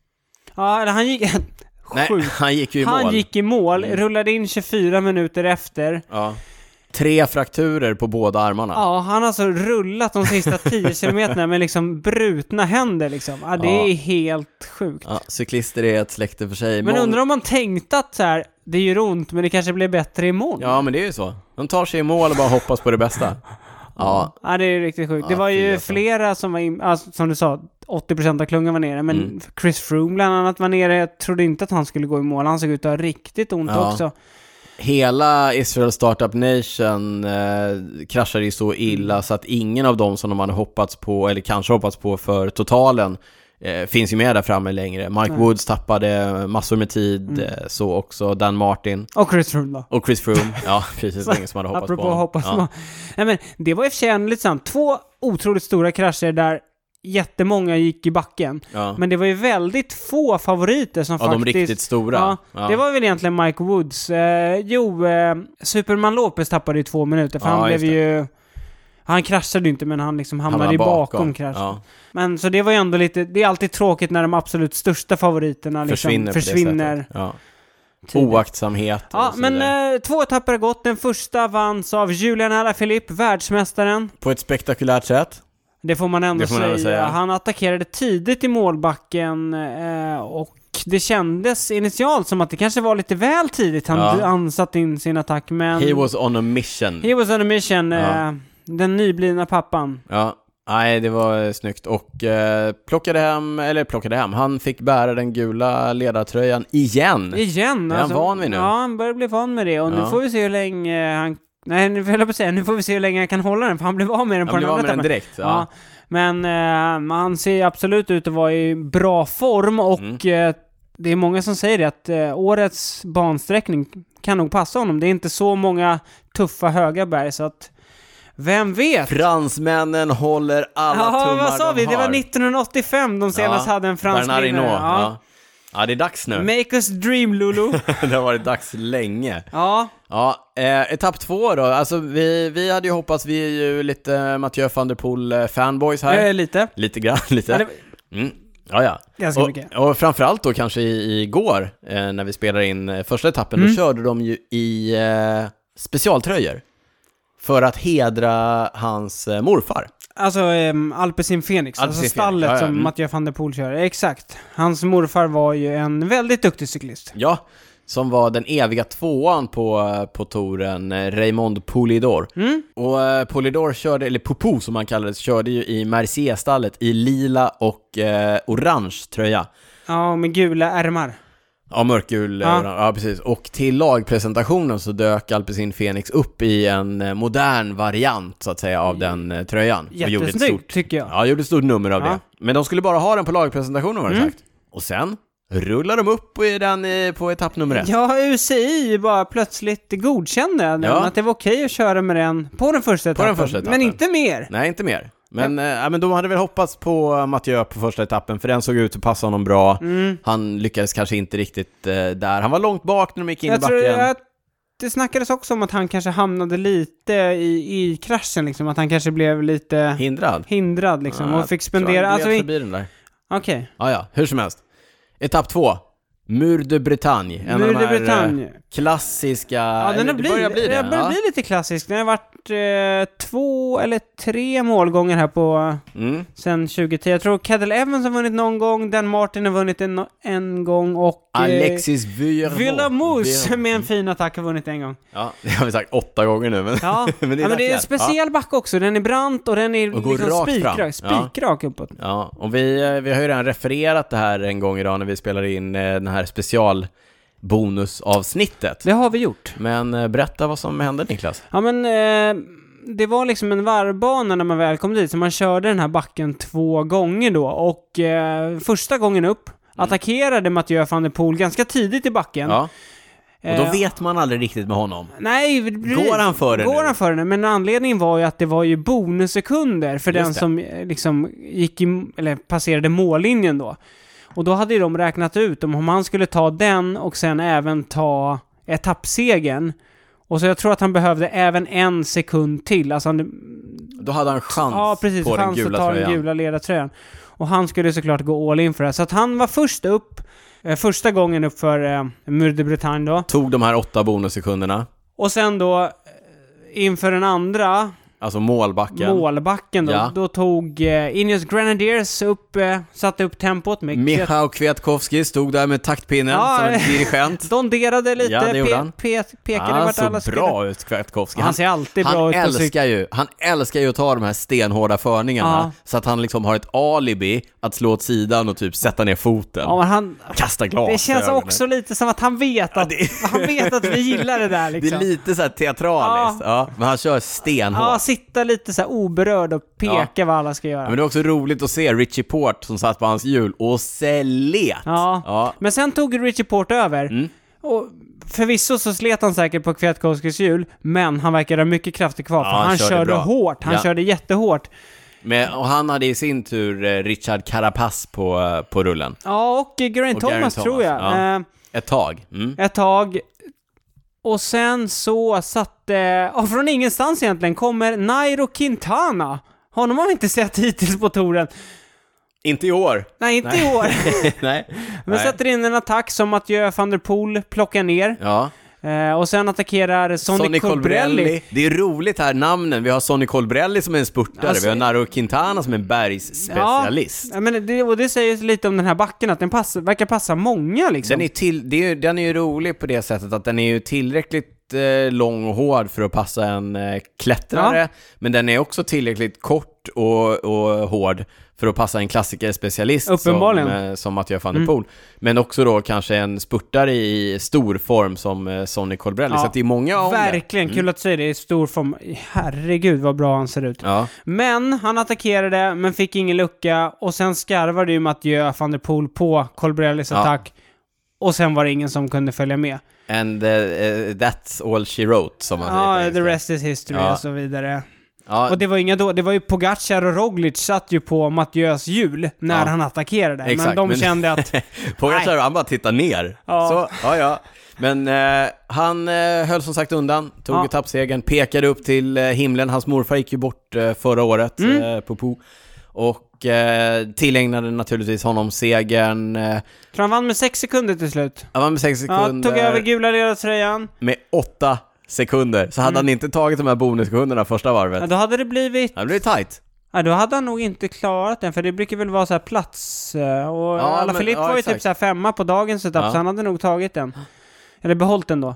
Ja, han gick... Nej, han gick ju i han mål. Han gick i mål, mm. rullade in tjugofyra minuter efter. Ja. Tre frakturer på båda armarna. Ja, han har alltså rullat de sista tio kilometerna med liksom brutna händer liksom. Ja, det ja. är helt sjukt. Ja, cyklister är ett släkte för sig. Men Mång... undrar om man tänkte att så här, det gör ont men det kanske blir bättre imorgon. Ja, men det är ju så. De tar sig i mål och bara hoppas på det bästa. Ja, ja det är riktigt sjukt. Ja, det var ju alltså. flera som var in, alltså, som du sa, åttio procent av klungan var nere. Men mm. Chris Froome bland annat var nere. Jag trodde inte att han skulle gå i mål. Han såg ut att ha riktigt ont ja. också. Hela Israel Startup Nation eh, kraschade ju så illa så att ingen av dem som de hade hoppats på, eller kanske hoppats på för totalen, eh, finns ju med där framme längre. Mike Nej. Woods tappade massor med tid, mm. eh, så också Dan Martin. Och Chris Froome då. Och Chris Froome, ja precis, ingen som hade hoppats apropå på honom. Hoppas ja. man. Nej, men det var ju för sig lite sant. Två otroligt stora krascher där jättemånga gick i backen. Ja. Men det var ju väldigt få favoriter som ja, faktiskt... de riktigt stora. Ja, ja. Det var väl egentligen Mike Woods. Eh, jo, eh, Superman Lopez tappade ju två minuter, för ja, han blev ju... Han kraschade ju inte, men han liksom hamnade ju bakom, bakom kraschen. Ja. Men så det var ju ändå lite... Det är alltid tråkigt när de absolut största favoriterna liksom försvinner. försvinner. Ja. Oaktsamhet. Ja, men eh, två etapper har gått. Den första vanns av Julian Alaphilippe, världsmästaren. På ett spektakulärt sätt. Det får man ändå, får man säga. ändå säga. Han attackerade tidigt i målbacken eh, och det kändes initialt som att det kanske var lite väl tidigt han, ja. han satt in sin attack, men... He was on a mission. He was on a mission. Ja. Eh, den nyblivna pappan. Ja. Nej, det var snyggt. Och eh, plockade hem, eller plockade hem, han fick bära den gula ledartröjan igen. Igen? Är alltså, han van vid nu? Ja, han börjar bli van med det. Och ja. nu får vi se hur länge han... Nej, nu vill jag på säga, nu får vi se hur länge han kan hålla den, för han blev av med den han på den andra etappen. direkt, ja. ja. Men eh, han ser absolut ut att vara i bra form, och mm. eh, det är många som säger det, att eh, årets bansträckning kan nog passa honom. Det är inte så många tuffa höga berg, så att vem vet? Fransmännen håller alla ja, tummar vad sa de vi? har. Det var nittonhundraåttiofem de senast ja. hade en fransk vinnare. Ja. Ja. ja, det är dags nu. Make us dream, Lulu. Det har varit dags länge. Ja. Ja, eh, etapp två då. Alltså vi, vi hade ju hoppats, vi är ju lite Mathieu van der Poel eh, fanboys här. Eh, lite. Lite grann, lite. Ja, det... mm. Ja, ja. Ganska och, mycket. och framförallt då kanske i, igår eh, när vi spelar in eh, första etappen, mm. då körde de ju i eh, specialtröjor för att hedra hans eh, morfar. Alltså um, Alpecin Fenix, Alpecin alltså stallet ja, ja. som Mm. Mathieu van der Poel kör. Exakt. Hans morfar var ju en väldigt duktig cyklist. Ja, som var den eviga tvåan på, på touren, eh, Raymond Poulidor. Mm. Och eh, Poulidor körde, eller Poupou som man kallade det, körde ju i Mercier-stallet i lila och eh, orange tröja. Ja, med gula ärmar. Ja, mörkgul, ja. ja precis. Och till lagpresentationen så dök Alpecin Fenix upp i en modern variant så att säga av den eh, tröjan. Jättesnyggt tycker jag. Ja, gjorde ett stort nummer av ja. det. Men de skulle bara ha den på lagpresentationen var det mm. sagt. Och sen rullar de upp i den i, på etapp nummer ett. Ja, U C I bara plötsligt godkände ja. att det var okej att köra med den på den första etappen. På den första etappen. Men inte mer. Nej, inte mer. Men, ja. äh, men de hade väl hoppats på Mathieu på första etappen, för den såg ut att passa honom bra. Mm. Han lyckades kanske inte riktigt äh, där. Han var långt bak när de gick in jag i backen. Tror att det snackades också om att han kanske hamnade lite i, i kraschen, liksom. Att han kanske blev lite... Hindrad? Hindrad, liksom. Ja, och fick spendera... Alltså, i... förbi den där. Okej. Okay. Ja, ja. Hur som helst. Etapp två. Mur de Bretagne. En Mur av de här de Bretagne. klassiska... Ja, den har blivit, börjar bli det. Den börjar ja. bli lite klassisk. Den har varit eh, två eller tre målgångar här på mm. sen tjugohundratio. Jag tror Cadel Evans har vunnit någon gång. Dan Martin har vunnit en, en gång. Och eh, Alexis Villamus med en fin attack har vunnit en gång. Ja, det har vi sagt åtta gånger nu. Men, ja. men det är, ja, men det är en speciell ja. back också. Den är brant och den är och liksom spikrak, spikrak ja. uppåt. Ja, och vi, vi har ju redan refererat det här en gång idag när vi spelar in eh, den här special bonusavsnittet. Det har vi gjort. Men eh, berätta vad som hände, Niklas. Ja, men eh, det var liksom en varvbana när man väl kom dit, så man körde den här backen två gånger då, och eh, första gången upp mm. attackerade Mathieu van der Poel ganska tidigt i backen. Ja. Och då vet man aldrig riktigt med honom. Nej, går han för det Går nu? han för det? Men anledningen var ju att det var ju bonussekunder för Just den det. som liksom gick i, eller passerade mållinjen då. Och då hade de räknat ut om han skulle ta den och sen även ta etappsegen. Och så jag tror att han behövde även en sekund till. Alltså han, då hade han chans ja, precis, på chans den gula att ta tröjan. den gula ledartröjan. Och han skulle såklart gå all in för det. Så att han var först upp, eh, första gången upp för eh, Mur de Bretagne då. Tog de här åtta bonussekunderna. Och sen då eh, inför den andra... Alltså målbacken. Målbacken då. Ja. Då tog eh, Ineos Grenadiers upp, eh, satte upp tempot med... Michał Kwiatkowski stod där med taktpinnen ja, som en dirigent. Donderade lite, ja, det pe- pe- pekade ah, vart alla så bra ut Kwiatkowski. Han, han ser alltid han bra ut. Älskar ju, han älskar ju att ta de här stenhårda förningarna. Ja. Så att han liksom har ett alibi att slå åt sidan och typ sätta ner foten. Ja, men han, kasta glas. Det känns också lite som att han vet att, ja, det... han vet att vi gillar det där liksom. Det är lite så här teatraliskt. Ja. Ja, men han kör stenhårt. Ja, sitta lite så här oberörd och peka ja. vad alla ska göra. Men det är också roligt att se Richie Port som satt på hans hjul och slet. Ja. ja. Men sen tog Richie Port över. Mm. Och förvisso så slet han säkert på Kwiatkowskis hjul, men han verkar ha mycket krafter kvar. För ja, han, han körde, körde hårt. Han ja. körde jättehårt. Men, och han hade i sin tur eh, Richard Carapaz på, eh, på rullen. Ja, och eh, Geraint Thomas, Thomas tror jag. Ja. Eh, ett tag. Mm. Ett tag. Och sen så satte... Och från ingenstans egentligen kommer Nairo Quintana. Honom har vi inte sett hittills på touren. Inte i år. Nej, inte Nej. i år. Nej. Men Nej. sätter in en attack som Mathieu van der Poel plockar ner. Ja. Eh, och sen attackerar Sonny, Sonny Colbrelli. Colbrelli. Det är roligt här, namnen. Vi har Sonny Colbrelli som är en spurtare. Alltså, vi har Nairo Quintana som är en bergsspecialist. Ja, men det, och det säger lite om den här backen, att den pass, verkar passa många liksom. Den är, till, det är, den är ju rolig på det sättet att den är ju tillräckligt eh, lång och hård för att passa en eh, klättrare. Ja. Men den är också tillräckligt kort och, och hård för att passa en klassikerspecialist som, eh, som Mathieu van der Poel. Mm. Men också då kanske en spurtare i stor form som eh, Sonny Colbrelli. Ja, så att det är många om verkligen, det. Kul att säga det, i stor form. Herregud vad bra han ser ut. Ja. Men han attackerade, men fick ingen lucka. Och sen skarvade ju Mathieu van der Poel på Colbrellis ja. attack. Och sen var det ingen som kunde följa med. And uh, uh, that's all she wrote, som man ja, säger. Ja, the rest is history ja. och så vidare. Ja. Och det var inga då, det var ju Pogacar och Roglic satt ju på Mathieu's hjul när ja. han attackerade. Exakt, men de men kände att... Pogacar, han bara tittar ner. Ja. Så, ja, ja. Men eh, han eh, höll som sagt undan, tog ja. etappsegern, pekade upp till eh, himlen. Hans morfar gick ju bort eh, förra året mm. eh, på Po. Och eh, tillägnade naturligtvis honom segern. Eh, Tror han vann med sex sekunder till slut. Han vann med sex sekunder. Ja, tog över gula ledartröjan. Med åtta sekunder. Så hade mm. han inte tagit de här bonussekunderna första varvet. Ja, då hade det blivit... Det hade blivit tight. Ja, då hade han nog inte klarat den, för det brukar väl vara så här plats. Och ja, alla Filip ja, var ju exakt. typ så här femma på dagens etapp, ja. så han hade nog tagit den. Eller behållit den då.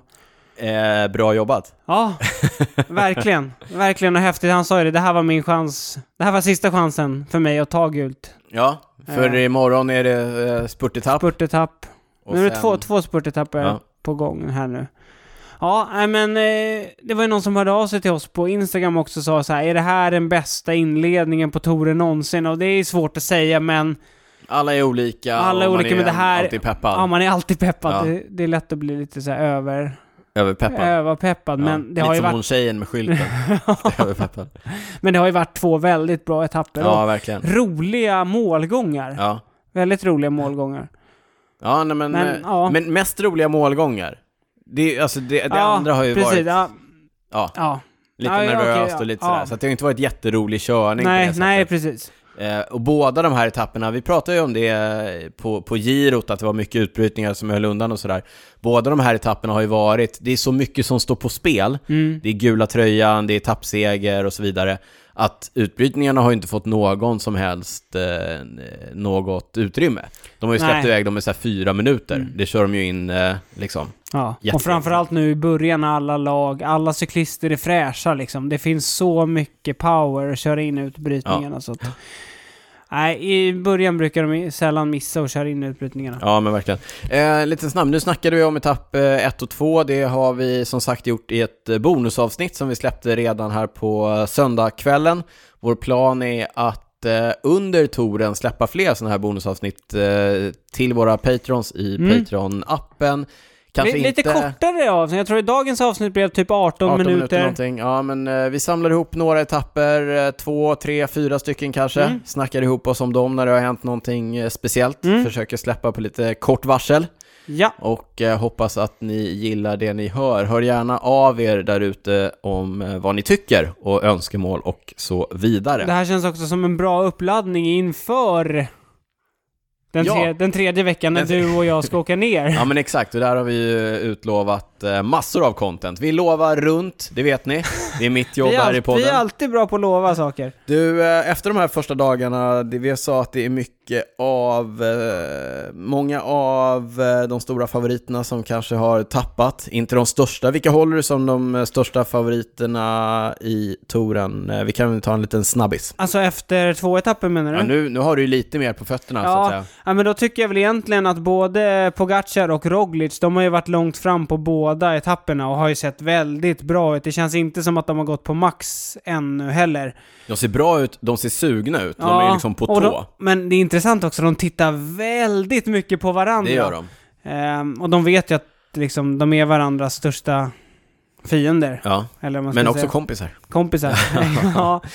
Eh, bra jobbat. Ja, verkligen. Verkligen och häftigt. Han sa ju det, det här var min chans. Det här var sista chansen för mig att ta gult. Ja, för eh. imorgon är det eh, spurtetapp. Spurtetapp. Och nu är det sen... två, två spurtetapper ja. på gång här nu. Ja, men eh, det var ju någon som hörde av sig till oss på Instagram också och sa så här: är det här den bästa inledningen på touren någonsin? Och det är svårt att säga, men alla är olika. Alla är olika, man är men det här alltid peppad. Ja, man är alltid peppad. Ja. Det, det är lätt att bli lite så här över överpeppad. Överpeppad, ja. men det lite har ju som varit hon tjejen med skylten. Överpeppad. Men det har ju varit två väldigt bra etapper. Ja, verkligen. Roliga målgångar. Ja. Väldigt roliga målgångar. Ja, nej, men, men, ja. men mest roliga målgångar. Det, alltså det, det ja, andra har ju precis, varit ja. Ja, ja. lite ja, nervöst okay, och lite ja. sådär. Ja. Så att det har inte varit jätterolig körning. Nej, nej, precis. Eh, och båda de här etapperna, vi pratade ju om det på, på girot, att det var mycket utbrytningar som höll undan och sådär. Båda de här etapperna har ju varit, det är så mycket som står på spel. Mm. Det är gula tröjan, det är etappseger och så vidare. Att utbrytningarna har ju inte fått någon som helst eh, något utrymme. De har ju släppt Nej. iväg dem i så här fyra minuter. Mm. Det kör de ju in eh, liksom. Ja, och framförallt nu i början när alla lag, alla cyklister är fräscha liksom. Det finns så mycket power att köra in utbrytningarna. Ja. Så att, nej, i början brukar de sällan missa och köra in utbrytningarna. Ja, men verkligen. Eh, lite snabbt, nu snackade vi om etapp ett och två. Det har vi som sagt gjort i ett bonusavsnitt som vi släppte redan här på söndagskvällen. Vår plan är att eh, under touren släppa fler sådana här bonusavsnitt eh, till våra patrons i mm. Patreon-appen. Kanske lite inte... kortare avsnitt. Jag tror att dagens avsnitt blev typ arton, arton minuter. minuter ja, men eh, vi samlar ihop några etapper, eh, två, tre, fyra stycken kanske. Mm. Snackar ihop oss om dem när det har hänt någonting eh, speciellt. Mm. Försöker släppa på lite kort varsel. Ja. Och eh, hoppas att ni gillar det ni hör. Hör gärna av er där ute om eh, vad ni tycker och önskemål och så vidare. Det här känns också som en bra uppladdning inför... Den, ja. tre, den tredje veckan när du och jag ska åka ner. Ja, men exakt. Och där har vi ju utlovat eh, massor av content. Vi lovar runt, det vet ni. Det är mitt jobb här i podden. Vi är alltid bra på att lova saker. Du, eh, efter de här första dagarna, det vi sa att det är mycket av, eh, många av eh, de stora favoriterna som kanske har tappat. Inte de största. Vilka håller du som de största favoriterna i touren? Eh, vi kan väl ta en liten snabbis. Alltså efter två etapper menar du? Ja, nu, nu har du ju lite mer på fötterna ja. så att säga. Ja, men då tycker jag väl egentligen att både Pogacar och Roglic, de har ju varit långt fram på båda etapperna och har ju sett väldigt bra ut. Det känns inte som att de har gått på max ännu heller. De ser bra ut, de ser sugna ut. De ja, är liksom på tå. De, men det är intressant också, de tittar väldigt mycket på varandra. Det gör de. Ehm, och de vet ju att liksom, de är varandras största fiender. Ja, eller man men också säga. kompisar. Kompisar, ja.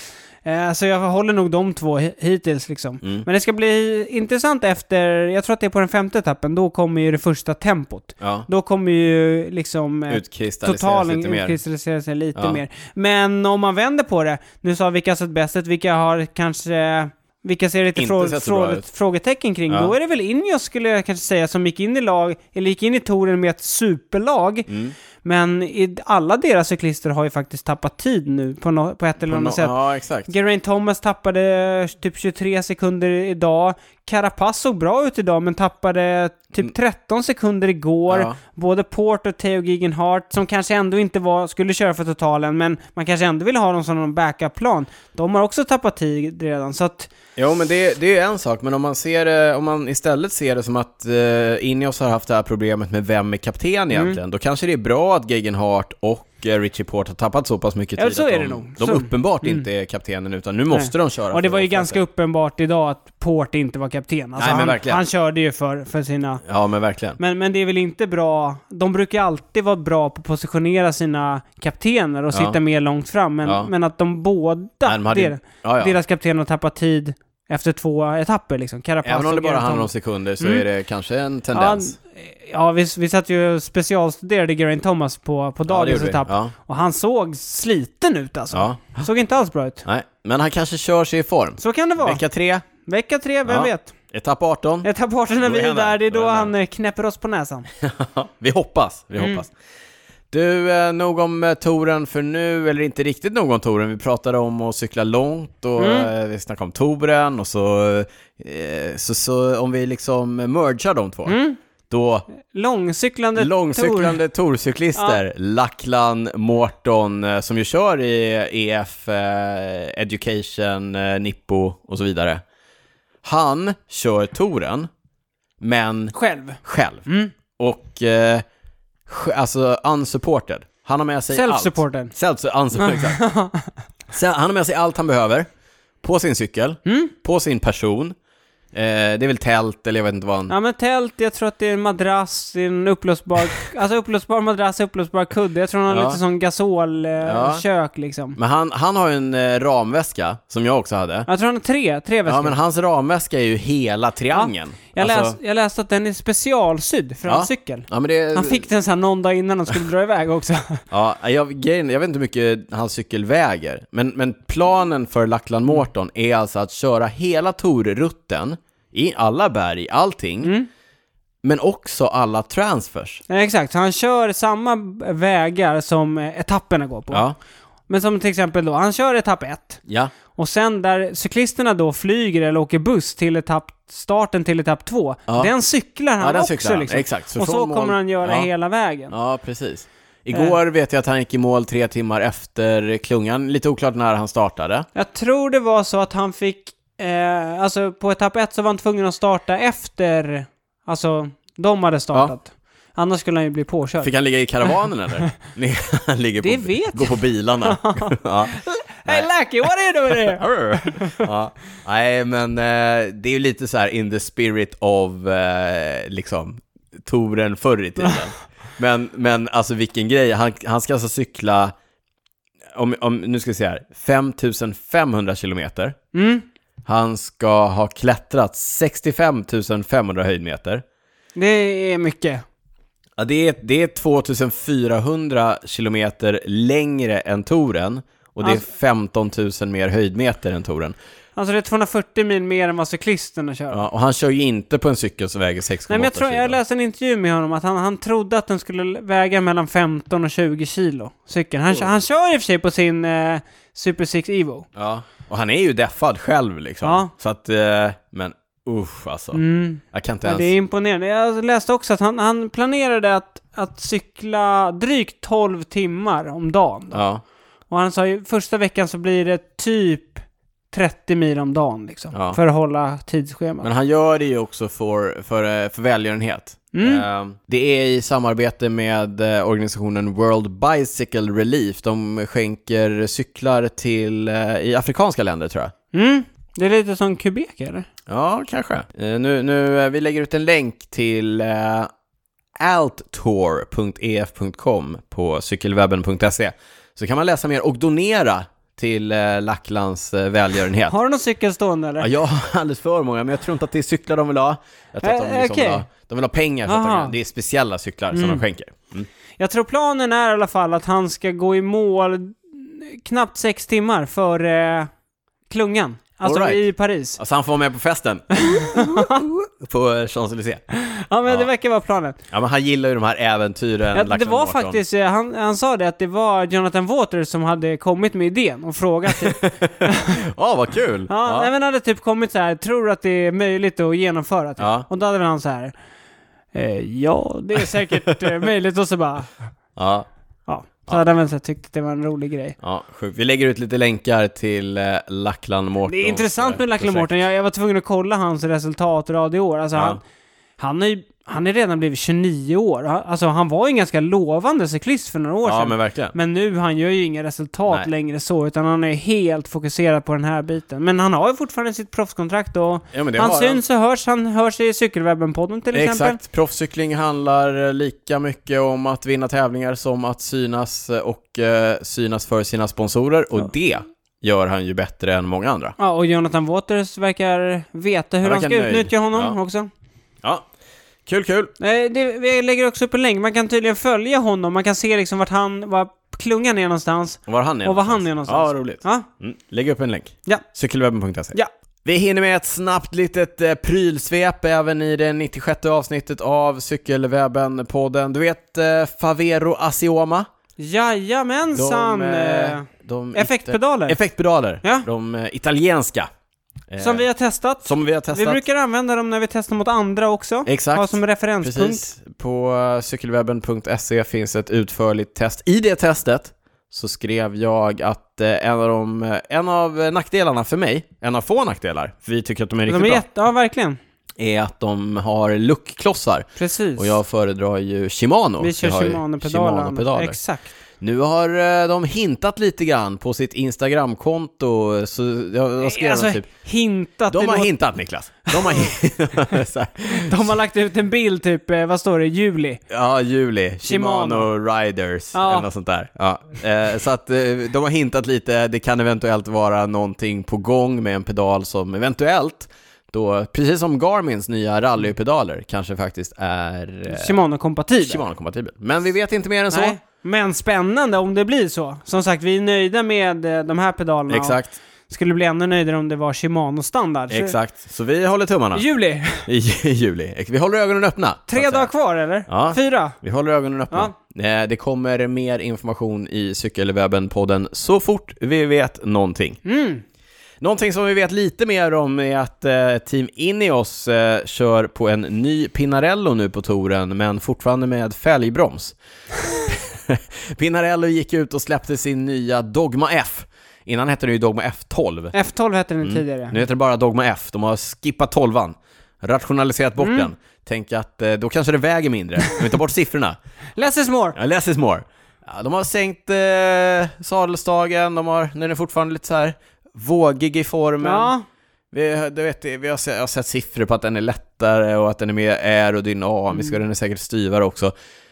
Eh, så jag håller nog de två hittills liksom. Mm. Men det ska bli intressant efter, jag tror att det är på den femte etappen, då kommer ju det första tempot. Ja. Då kommer ju liksom eh, totalen utkristallisera sig lite ja. mer. Men om man vänder på det, nu sa vilka sett bästet, vilka har kanske... Vilka ser lite frå- frå- frågetecken kring. Ja. Då är det väl Ineos, skulle jag kanske säga, som gick in i lag, eller gick in i touren med ett superlag. Mm. Men i, alla deras cyklister har ju faktiskt tappat tid nu på, no- på ett eller annat no- sätt. Ja, exakt. Geraint Thomas tappade typ tjugotre sekunder idag. Carapaz såg bra ut idag, men tappade typ tretton sekunder igår. Ja. Både Port och Theo Gegenhardt, som kanske ändå inte var, skulle köra för totalen, men man kanske ändå vill ha dem som någon backup-plan. De har också tappat tid redan, så att... Jo, men det, det är en sak, men om man ser det, om man istället ser det som att uh, Ineos har haft det här problemet med vem är kapten egentligen, mm. då kanske det är bra att Gegenhardt och uh, Richie Port har tappat så pass mycket tid, ja, så är de, det nog. de så. uppenbart mm. inte är kaptenen, utan nu måste Nej. de köra. Och det var ju ganska uppenbart idag att Port inte var kapten. Alltså Nej, men han, verkligen. han körde ju för, för sina... Ja, men verkligen. Men, men det är väl inte bra... De brukar alltid vara bra på att positionera sina kaptener och ja. sitta mer långt fram, men, ja. men att de båda, Nej, de hade... der, ja, ja. deras kaptener har tappat tid efter två etapper liksom. Carapaz. Även om det bara handlar om sekunder så mm. är det kanske en tendens. Ja, ja vi, vi satt ju specialstuderade Geraint Thomas på, på dagens ja, etapp. Ja. Och han såg sliten ut alltså. Ja. Såg inte alls bra ut. Nej, men han kanske kör sig i form. Så kan det vara. Vecka tre. Vecka tre, vem ja. vet? Etapp arton. Etapp arton är vi där. Det är då, då han knäpper oss på näsan. vi hoppas, vi mm. hoppas. Du, eh, nog om eh, touren för nu, eller inte riktigt nog om touren. Vi pratade om att cykla långt och mm. eh, vi snackade om touren och så, eh, så, så om vi liksom mergar de två. Mm. Då långcyklande, långcyklande tourcyklister, ja. Lachlan Morton eh, som ju kör i E F eh, Education, eh, Nippo och så vidare. Han kör touren, men själv. Själv. Mm. Och eh, alltså unsupported. Han har med sig Self-supported. allt. Self-supported. Exakt. Han har med sig allt han behöver på sin cykel, mm. på sin person. Eh, det är väl tält eller jag vet inte vad han... Ja, men tält, jag tror att det är en madrass, en upplösbar, alltså upplösbar madrass, upplösbar kudde. Jag tror han har ja. lite sån gasol eh, ja. kök liksom. Men han, han har ju en eh, ramväska som jag också hade. Jag tror han har tre, tre väskor. Ja, men hans ramväska är ju hela triangeln. Ja. Jag, alltså... läs, jag läste att den är specialsydd för ja. en cykel. Ja, men det... Han fick den så här någon dag innan han skulle dra iväg också. Ja, jag, jag vet inte hur mycket hans cykel väger. Men, men planen för Lachlan Morton är alltså att köra hela tourrutten i alla berg, allting. Mm. Men också alla transfers. Ja, exakt, så han kör samma vägar som etapperna går på. Ja. Men som till exempel då, han kör etapp ett. Ja. Och sen där cyklisterna då flyger eller åker buss till etapp, starten till etapp två. Ja. Den cyklar han ja, den också. Cyklar. Liksom. Exakt. Så och så mål... kommer han göra ja. hela vägen. Ja, precis. Igår eh. vet jag att han gick i mål tre timmar efter klungan. Lite oklart när han startade. Jag tror det var så att han fick... Eh, alltså på etapp ett så var han tvungen att starta efter... Alltså, de hade startat. Ja. Annars skulle han ju bli påkörd. Fick han ligga i karavanen eller? Han ligger det på, vet går på bilarna. Ja. Hey Lucky, what are you doing here? Ja. Nej, men eh, det är ju lite så här in the spirit of eh, liksom touren förr i tiden. men, men alltså vilken grej. Han, han ska alltså cykla om, om, nu ska vi se här, fem tusen femhundra kilometer. Mm. Han ska ha klättrat sextiofem tusen femhundra höjdmeter. Det är mycket. Ja, det är, det är två tusen fyrahundra kilometer längre än touren. Och det alltså, är femton tusen mer höjdmeter än touren. Alltså det är tvåhundrafyrtio mil mer än vad cyklisterna kör. Ja, och han kör ju inte på en cykel som väger sex komma åtta. Nej, men jag tror kilo. Jag läste en intervju med honom att han, han trodde att den skulle väga mellan femton och tjugo kilo. Cykeln. Han, oh. han kör i och för sig på sin eh, Super Six Evo. Ja, och han är ju deffad själv liksom. Ja. Så att, eh, men usch alltså. Mm. Jag kan inte ja, ens... Det är imponerande. Jag läste också att han, han planerade att, att cykla drygt tolv timmar om dagen. Då. Ja. Och han sa ju första veckan så blir det typ trettio mil om dagen liksom, ja. För att hålla tidsschemat. Men han gör det ju också för, för, för välgörenhet. Mm. Det är i samarbete med organisationen World Bicycle Relief. De skänker cyklar till i afrikanska länder tror jag. Mm. Det är lite som Quebec eller? Ja, kanske. Nu, nu, vi lägger ut en länk till uh, alttour punkt e f punkt com på cykelwebben punkt se. Så kan man läsa mer och donera till eh, Lacklands eh, välgörenhet. Har du någon cykel stående eller? Ja, jag har alldeles för många, men jag tror inte att det är cyklar de vill ha. Jag tror att de, liksom okay. vill, ha, de vill ha pengar, så att de, det är speciella cyklar mm. som de skänker. Mm. Jag tror planen är i alla fall att han ska gå i mål knappt sex timmar för eh, klungan. Alltså right. i Paris. Alltså han får vara med på festen. På Champs-Élysées. Ja, men ja. det verkar vara planen. Ja, men han gillar ju de här äventyren. Ja, det var Morton. faktiskt, han, han sa det att det var Jonathan Waters som hade kommit med idén och frågat typ. Ja, oh, vad kul. Ja, ja. Nej, men hade typ kommit så här, tror du att det är möjligt att genomföra typ? Ja. Och då hade han så här, eh, ja, det är säkert eh, möjligt, och så bara ja. Ja. Så ja. hade han väl tyckt att det var en rolig grej. Ja, sjukt. Vi lägger ut lite länkar till eh, Lackland Morton. Det är intressant med Lackland Morton. Jag, jag var tvungen att kolla hans resultatrad i år. Alltså ja. han, han är ju Han är redan blivit tjugonio år. Alltså han var ju en ganska lovande cyklist för några år ja, sedan. Men verkligen. Men nu han gör ju inga resultat Nej. längre så, utan han är helt fokuserad på den här biten. Men han har ju fortfarande sitt proffskontrakt och ja, han syns och hörs. Han hörs i Cykelwebben-podden till Exakt. exempel. Exakt. Proffscykling handlar lika mycket om att vinna tävlingar som att synas och uh, synas för sina sponsorer. Och ja. det gör han ju bättre än många andra. Ja, och Jonathan Waters verkar veta hur han, han ska nöjd. utnyttja honom ja. också. Ja. Kul, kul. Nej, det, vi lägger också upp en länk. Man kan tydligen följa honom. Man kan se liksom vart han, var klungan är någonstans. Och var han är och var han är någonstans. Ja, roligt. Ja. Mm. Lägg upp en länk. Ja. Cykelwebben punkt se. Ja. Vi hinner med ett snabbt litet eh, prylsvep även i det nittiosjätte avsnittet av Cykelwebben-podden. Du vet eh, Favero Asioma? Jajamensan. De, eh, de effektpedaler. Effektpedaler. Ja. De eh, italienska. Som vi har testat. Som vi har testat. Vi brukar använda dem när vi testar mot andra också. Exakt. Ha som referenspunkt. Precis. På cykelwebben punkt se finns ett utförligt test. I det testet så skrev jag att eh, en, av de, en av nackdelarna för mig, en av få nackdelar, för vi tycker att de är riktigt de är bra. Jätte, ja, verkligen. Är att de har luckklossar. Precis. Och jag föredrar ju Shimano. Vi kör Shimano-pedaler. Exakt. Nu har de hintat lite grann på sitt Instagram-konto. Så jag, jag skrev alltså, typ, hintat. De har låter... hintat, Niklas. De har, hintat. De har lagt ut en bild typ, vad står det? Juli. Ja, juli. Shimano, Shimano Riders. Ja. Eller något sånt där. Ja. Eh, så att eh, de har hintat lite. Det kan eventuellt vara någonting på gång med en pedal som eventuellt då, precis som Garmins nya rallypedaler, kanske faktiskt är eh, Shimano-kompatibel. Shimano-kompatibel. Men vi vet inte mer än Nej. så. Men spännande om det blir så. Som sagt, vi är nöjda med de här pedalerna. Exakt. Skulle bli ännu nöjdare om det var Shimano-standard. Så... Exakt. Så vi håller tummarna. Juli. I juli. Vi håller ögonen öppna. Tre dagar kvar, eller? Ja. Fyra. Vi håller ögonen öppna. Ja. Det kommer mer information i Cykelwebben-podden så fort vi vet någonting. Mm. Någonting som vi vet lite mer om är att eh, Team Ineos eh, kör på en ny Pinarello nu på touren, men fortfarande med fälgbroms. Pinarello gick ut och släppte sin nya Dogma F. Innan hette det ju Dogma F tolv. F tolv hette den mm. tidigare. Nu heter det bara Dogma F. De har skippat tolvan. Rationaliserat bort mm. den. Tänk att eh, då kanske det väger mindre. De tar bort siffrorna. Less is more. Ja, less is more. Ja, de har sänkt eh, sadelstagen. De har, nu är den fortfarande lite så här vågig i formen. Ja. Vi, du vet, vi har, sett, jag har sett siffror på att den är lättare och att den är mer aerodynamisk mm. och den är säkert styvare också.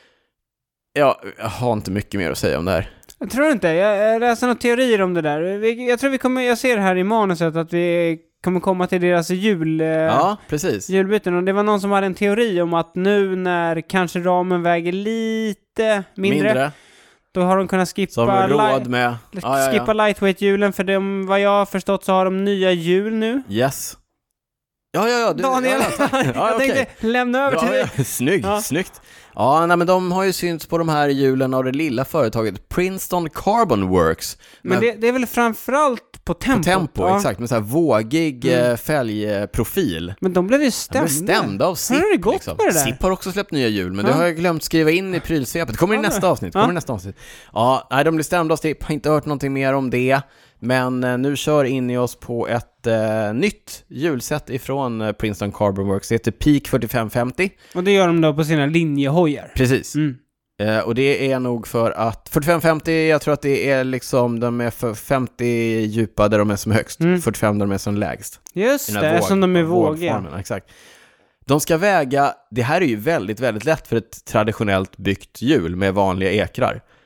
Ja, jag har inte mycket mer att säga om det här. Jag tror inte. Jag, jag läser några teorier om det där. Vi, jag tror vi kommer, jag ser här i manuset att vi kommer komma till deras jul, ja, precis. julbyten. Och det var någon som hade en teori om att nu när kanske ramen väger lite mindre, mindre. Då har de kunnat skippa, råd med. Li- ah, ja, skippa ja. lightweight-hjulen. För de, vad jag har förstått så har de nya hjul nu. Yes. Ja, ja, ja. Du, Daniel, ja, ja. jag ja, tänkte okay. lämna över ja, till dig. Ja. Snyggt, ja. snyggt. Ja, nej, men de har ju synts på de här hjulen av det lilla företaget Princeton Carbon Works. Men det, det är väl framförallt på tempo? På tempo, ja. Exakt. Med så här vågig mm. fälgprofil. Men de blev ju stämda. De blev stämda av Zipp. Har det gått liksom. med det där? Zipp har också släppt nya hjul, men ja. det har jag glömt skriva in i prylsvepet. Kommer i nästa avsnitt. Kommer ja. i nästa avsnitt. Ja, nej, de blev stämda av Zipp. Har inte hört någonting mer om det. Men eh, nu kör Ineos på ett eh, nytt hjulset ifrån eh, Princeton Carbon Works. Det heter Peak fyrtiofem femtio. Och det gör de då på sina linjehojar. Precis. Mm. Eh, och det är nog för att fyrtiofem femtio, jag tror att det är liksom, de är för femtio djupa där de är som högst. Mm. fyrtiofem där de är som lägst. Just det, våg, som de är vågiga. Exakt. De ska väga, det här är ju väldigt, väldigt lätt för ett traditionellt byggt hjul med vanliga ekrar.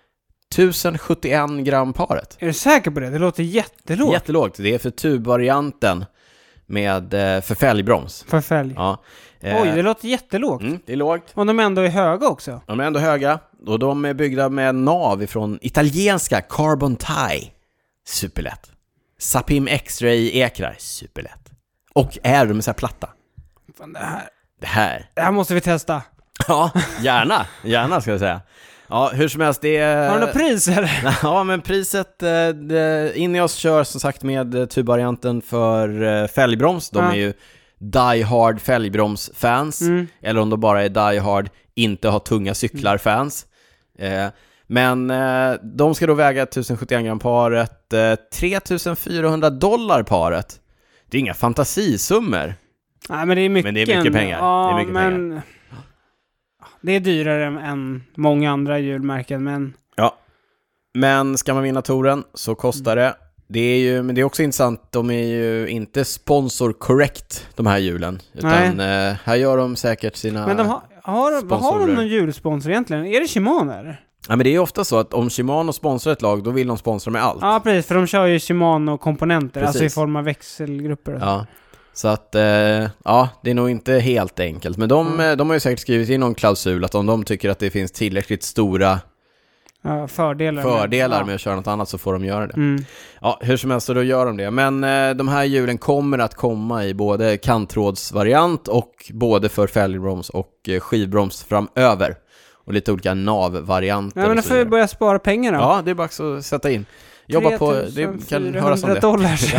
tusen sjuttioen gram paret. Är du säker på det? Det låter jättelågt. Jättelågt. Det är för tubvarianten med för fälgbroms. För fälg. Ja. Oj, det låter jättelågt. Mm, det är lågt. Och de är ändå är höga också. De är ändå höga. Och de är byggda med nav från italienska Carbon Tie. Superlätt. Sapim X-Ray-ekrar. Superlätt. Och är de så här platta. Fan, det här... Det här. Det här måste vi testa. Ja, gärna. Gärna ska jag säga. Ja, hur som helst, det är... Har du något pris eller? Ja, men priset... Det... Ineos kör som sagt med tubvarianten för fälgbroms. De ja. är ju die hard fälgbroms-fans. Mm. Eller om de bara är die hard, inte har tunga cyklar-fans. Mm. Eh, men eh, de ska då väga tusen sjuttioen gram paret. Eh, tre tusen fyrahundra dollar paret. Det är inga fantasisummor. Nej, men det är mycket, men det är mycket pengar. Ja, det är mycket men... pengar. Det är dyrare än många andra hjulmärken, men... Ja, men ska man vinna touren så kostar det. Det är ju, men det är också intressant, de är ju inte sponsor correct, de här hjulen. Utan eh, här gör de säkert sina Men de har, har, vad har de någon hjulsponsor egentligen? Är det Shimano eller? Ja, men det är ju ofta så att om Shimano sponsrar ett lag, då vill de sponsra med allt. Ja, precis, för de kör ju Shimano-komponenter, alltså i form av växelgrupper. Och så. Ja. Så att, eh, ja, det är nog inte helt enkelt. Men de, mm. de har ju säkert skrivit in någon klausul att om de tycker att det finns tillräckligt stora ja, fördelar, fördelar med, med ja. att köra något annat så får de göra det. Mm. Ja, hur som helst så då gör de det. Men eh, de här hjulen kommer att komma i både kanttrådsvariant och både för fälgbroms och eh, skivbroms framöver. Och lite olika nav-varianter. Ja, men då får vi börja spara pengar då. Ja, det är bara att sätta in. Jobba på, det kan höras om det. Dollars.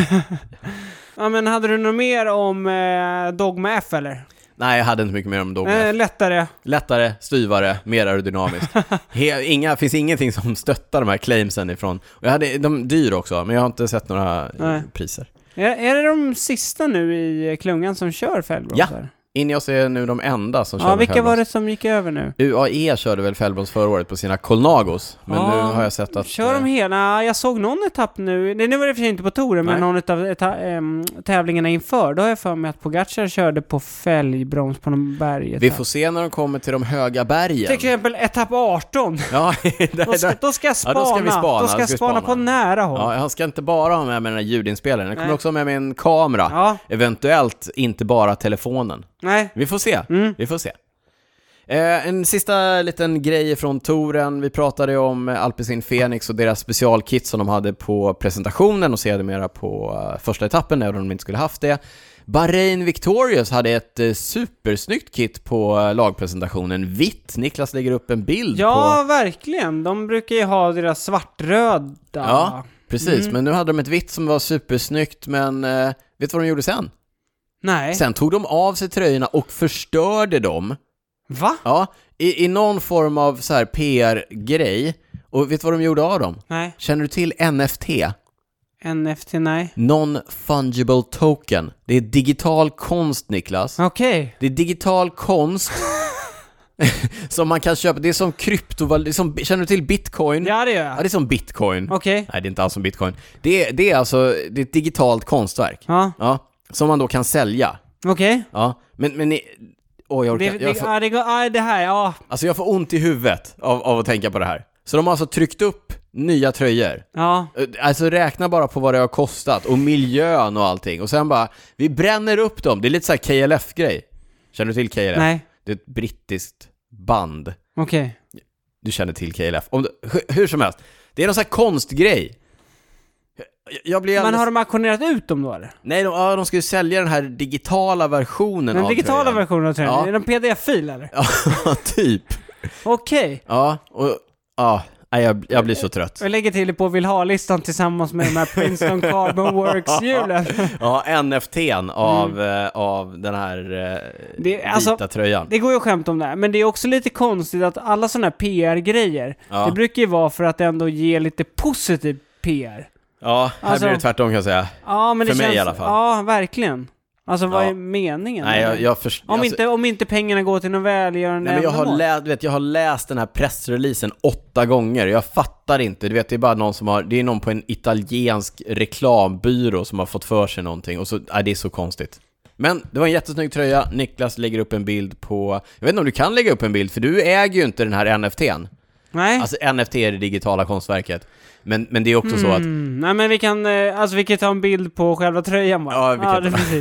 Ja, men hade du något mer om eh, Dogma F eller? Nej, jag hade inte mycket mer om Dogma eh, F. Lättare. Lättare, styvare, mer aerodynamiskt. He, inga, finns ingenting som stöttar de här claimsen ifrån. Och jag hade, de är dyr också, men jag har inte sett några Nej. priser. Är, är det de sista nu i klungan som kör fälgbroms? Ja. Ineos är nu de enda som kör Ja, vilka fälgbroms. var det som gick över nu? U A E körde väl fälgbroms förra året på sina Colnagos. Men ja, nu har jag sett att... Kör de hela? Jag såg någon etapp nu. Det nu var det för sig inte på touren, men någon av eta- äm, tävlingarna inför. Då har jag för mig att Pogacar körde på fälgbroms på någon berg. Vi får se när de kommer till de höga bergen. Till exempel etapp arton. Ja, där, då, ska, då ska jag spana. Ja, då ska vi spana. Då ska jag spana, spana på nära håll. Ja, jag ska inte bara ha med mig den här ljudinspelaren. Jag kommer Nej. också ha med mig en kamera. Ja. Eventuellt inte bara telefonen. Nej. Vi får se. Mm. Vi får se. Eh, en sista liten grej från touren. Vi pratade om Alpecin Fenix och deras specialkit som de hade på presentationen och sedermera på uh, första etappen när de inte skulle haft det. Bahrain Victorious hade ett uh, supersnyggt kit på uh, lagpresentationen. Vitt. Niklas lägger upp en bild ja, på... Ja, verkligen. De brukar ju ha deras svartröda. Ja, precis. Mm. Men nu hade de ett vitt som var supersnyggt. Men uh, vet du vad de gjorde sen? Nej. Sen tog de av sig tröjorna och förstörde dem. Va? Ja, i, i någon form av så här P R-grej. Och vet du vad de gjorde av dem? Nej. Känner du till N F T? N F T, nej. Non-fungible token. Det är digital konst, Niklas. Okej. Okay. Det är digital konst som man kan köpa. Det är som kryptovaluta. Känner du till Bitcoin? Ja, det gör jag. Ja, det är som Bitcoin. Okej. Okay. Nej, det är inte alls som Bitcoin. Det är, det är alltså det är ett digitalt konstverk. Ja. Ja. Som man då kan sälja. Okej. Okay. Ja, men... men ni, åh, jag orkar. Det, det, jag får, ja, det, går, ja, det här, ja. Alltså jag får ont i huvudet av, av att tänka på det här. Så de har alltså tryckt upp nya tröjor. Ja. Alltså räkna bara på vad det har kostat. Och miljön och allting. Och sen bara, vi bränner upp dem. Det är lite så här K L F-grej. Känner du till K L F? Nej. Det är ett brittiskt band. Okej. Okay. Du känner till K L F. Om du, hur, hur som helst. Det är någon sån här konstgrej. Jag blir alldeles... Men har de auktionerat ut dem då eller? Nej, de, ja, de ska ju sälja den här digitala versionen den av Den digitala tröjan. versionen av tröjan? Ja. Är det en P D F-fil eller? Ja, typ. Okej. Okay. Ja, och... Ja, jag, jag blir så trött. Jag lägger till på vill ha-listan tillsammans med de här Princeton Carbon Works-hjulen. Ja, N F T:n av, mm. eh, av den här eh, det, vita alltså, tröjan. Det går ju att skämta om det här, men det är också lite konstigt att alla sådana här P R-grejer, ja. Det brukar ju vara för att ändå ge lite positiv P R. Ja, här alltså, blir det tvärtom kan jag säga. Ja, men det för känns, mig i alla fall. Ja, verkligen. Alltså vad ja. är meningen? Nej, jag, jag först, om, alltså, inte, om inte pengarna går till någon välgörande. Nej, men jag har, lä, vet, jag har läst den här pressreleasen åtta gånger. Jag fattar inte. Du vet, det är bara någon som har... Det är någon på en italiensk reklambyrå som har fått för sig någonting. Och så, nej, det är så konstigt. Men det var en jättesnygg tröja. Niklas lägger upp en bild på... Jag vet inte om du kan lägga upp en bild, för du äger ju inte den här N F T:n. Nej. Alltså N F T är det digitala konstverket. Men, men det är också mm. så att... Nej, men vi kan, alltså vi kan ta en bild på själva tröjan bara. Ja, vi kan ja, det precis.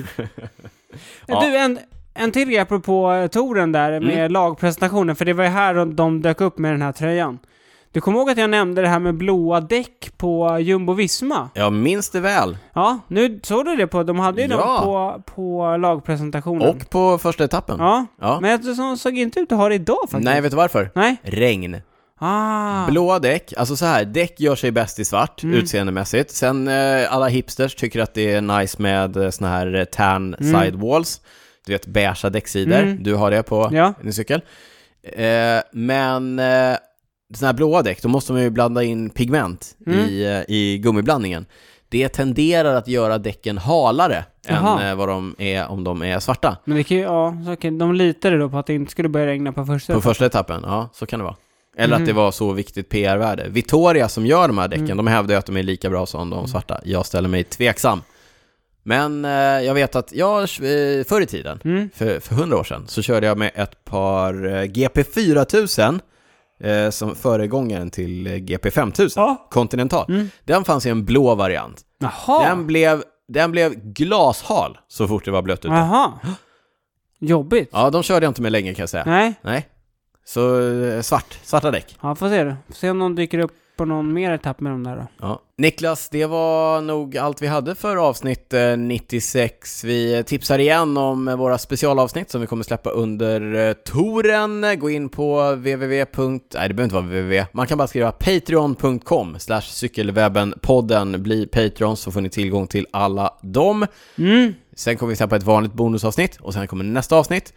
ja. Du, en, en till grej på touren där med mm. lagpresentationen, för det var ju här de dök upp med den här tröjan. Du kommer ihåg att jag nämnde det här med blåa däck på Jumbo Visma? Ja, minns det väl. Ja, nu såg du det på, de hade ju ja. dem på, på lagpresentationen. Och på första etappen. Ja, ja. Men jag såg inte ut att ha det idag faktiskt. Nej, vet du varför? Nej. Regn. Ah. Blåa däck, alltså så här, däck gör sig bäst i svart, mm. utseendemässigt. Sen eh, alla hipsters tycker att det är nice med eh, såna här tan mm. sidewalls. Du vet, beigea däcksidor. Mm. Du har det på ja. din cykel. Eh, men... Eh, såna här blåa däck, då måste man ju blanda in pigment mm. i, i gummiblandningen. Det tenderar att göra däcken halare Aha. än vad de är om de är svarta. Men det kan ju, ja, så kan, de litade då på att det inte skulle börja regna på första På första etappen, ja, så kan det vara. Eller mm. att det var så viktigt P R-värde. Vittoria som gör de här däcken, mm. de hävdar att de är lika bra som de svarta. Jag ställer mig tveksam. Men eh, jag vet att jag förr i tiden, mm. för, för hundra år sedan, så körde jag med ett par eh, G P fyra tusen Eh, som föregångaren till eh, G P fem tusen ja. Continental. Mm. Den fanns i en blå variant. Jaha. Den blev, den blev glashal så fort det var blött ute. Jaha. Jobbigt. Ja, de körde jag inte med länge kan jag säga. Nej. Nej. Så eh, svart, svarta däck. Ja, får se det. Får se om någon dyker upp på någon mer etapp med dem där då. Ja. Niklas, det var nog allt vi hade för avsnitt eh, nittiosex. Vi tipsar igen om eh, våra specialavsnitt som vi kommer släppa under eh, touren. Gå in på www. Nej, det behöver inte vara www. Man kan bara skriva patreon punkt com slash cykelwebbenpodden. Bli Patreon så får ni tillgång till alla dem. Mm. Sen kommer vi släppa ett vanligt bonusavsnitt och sen kommer nästa avsnitt.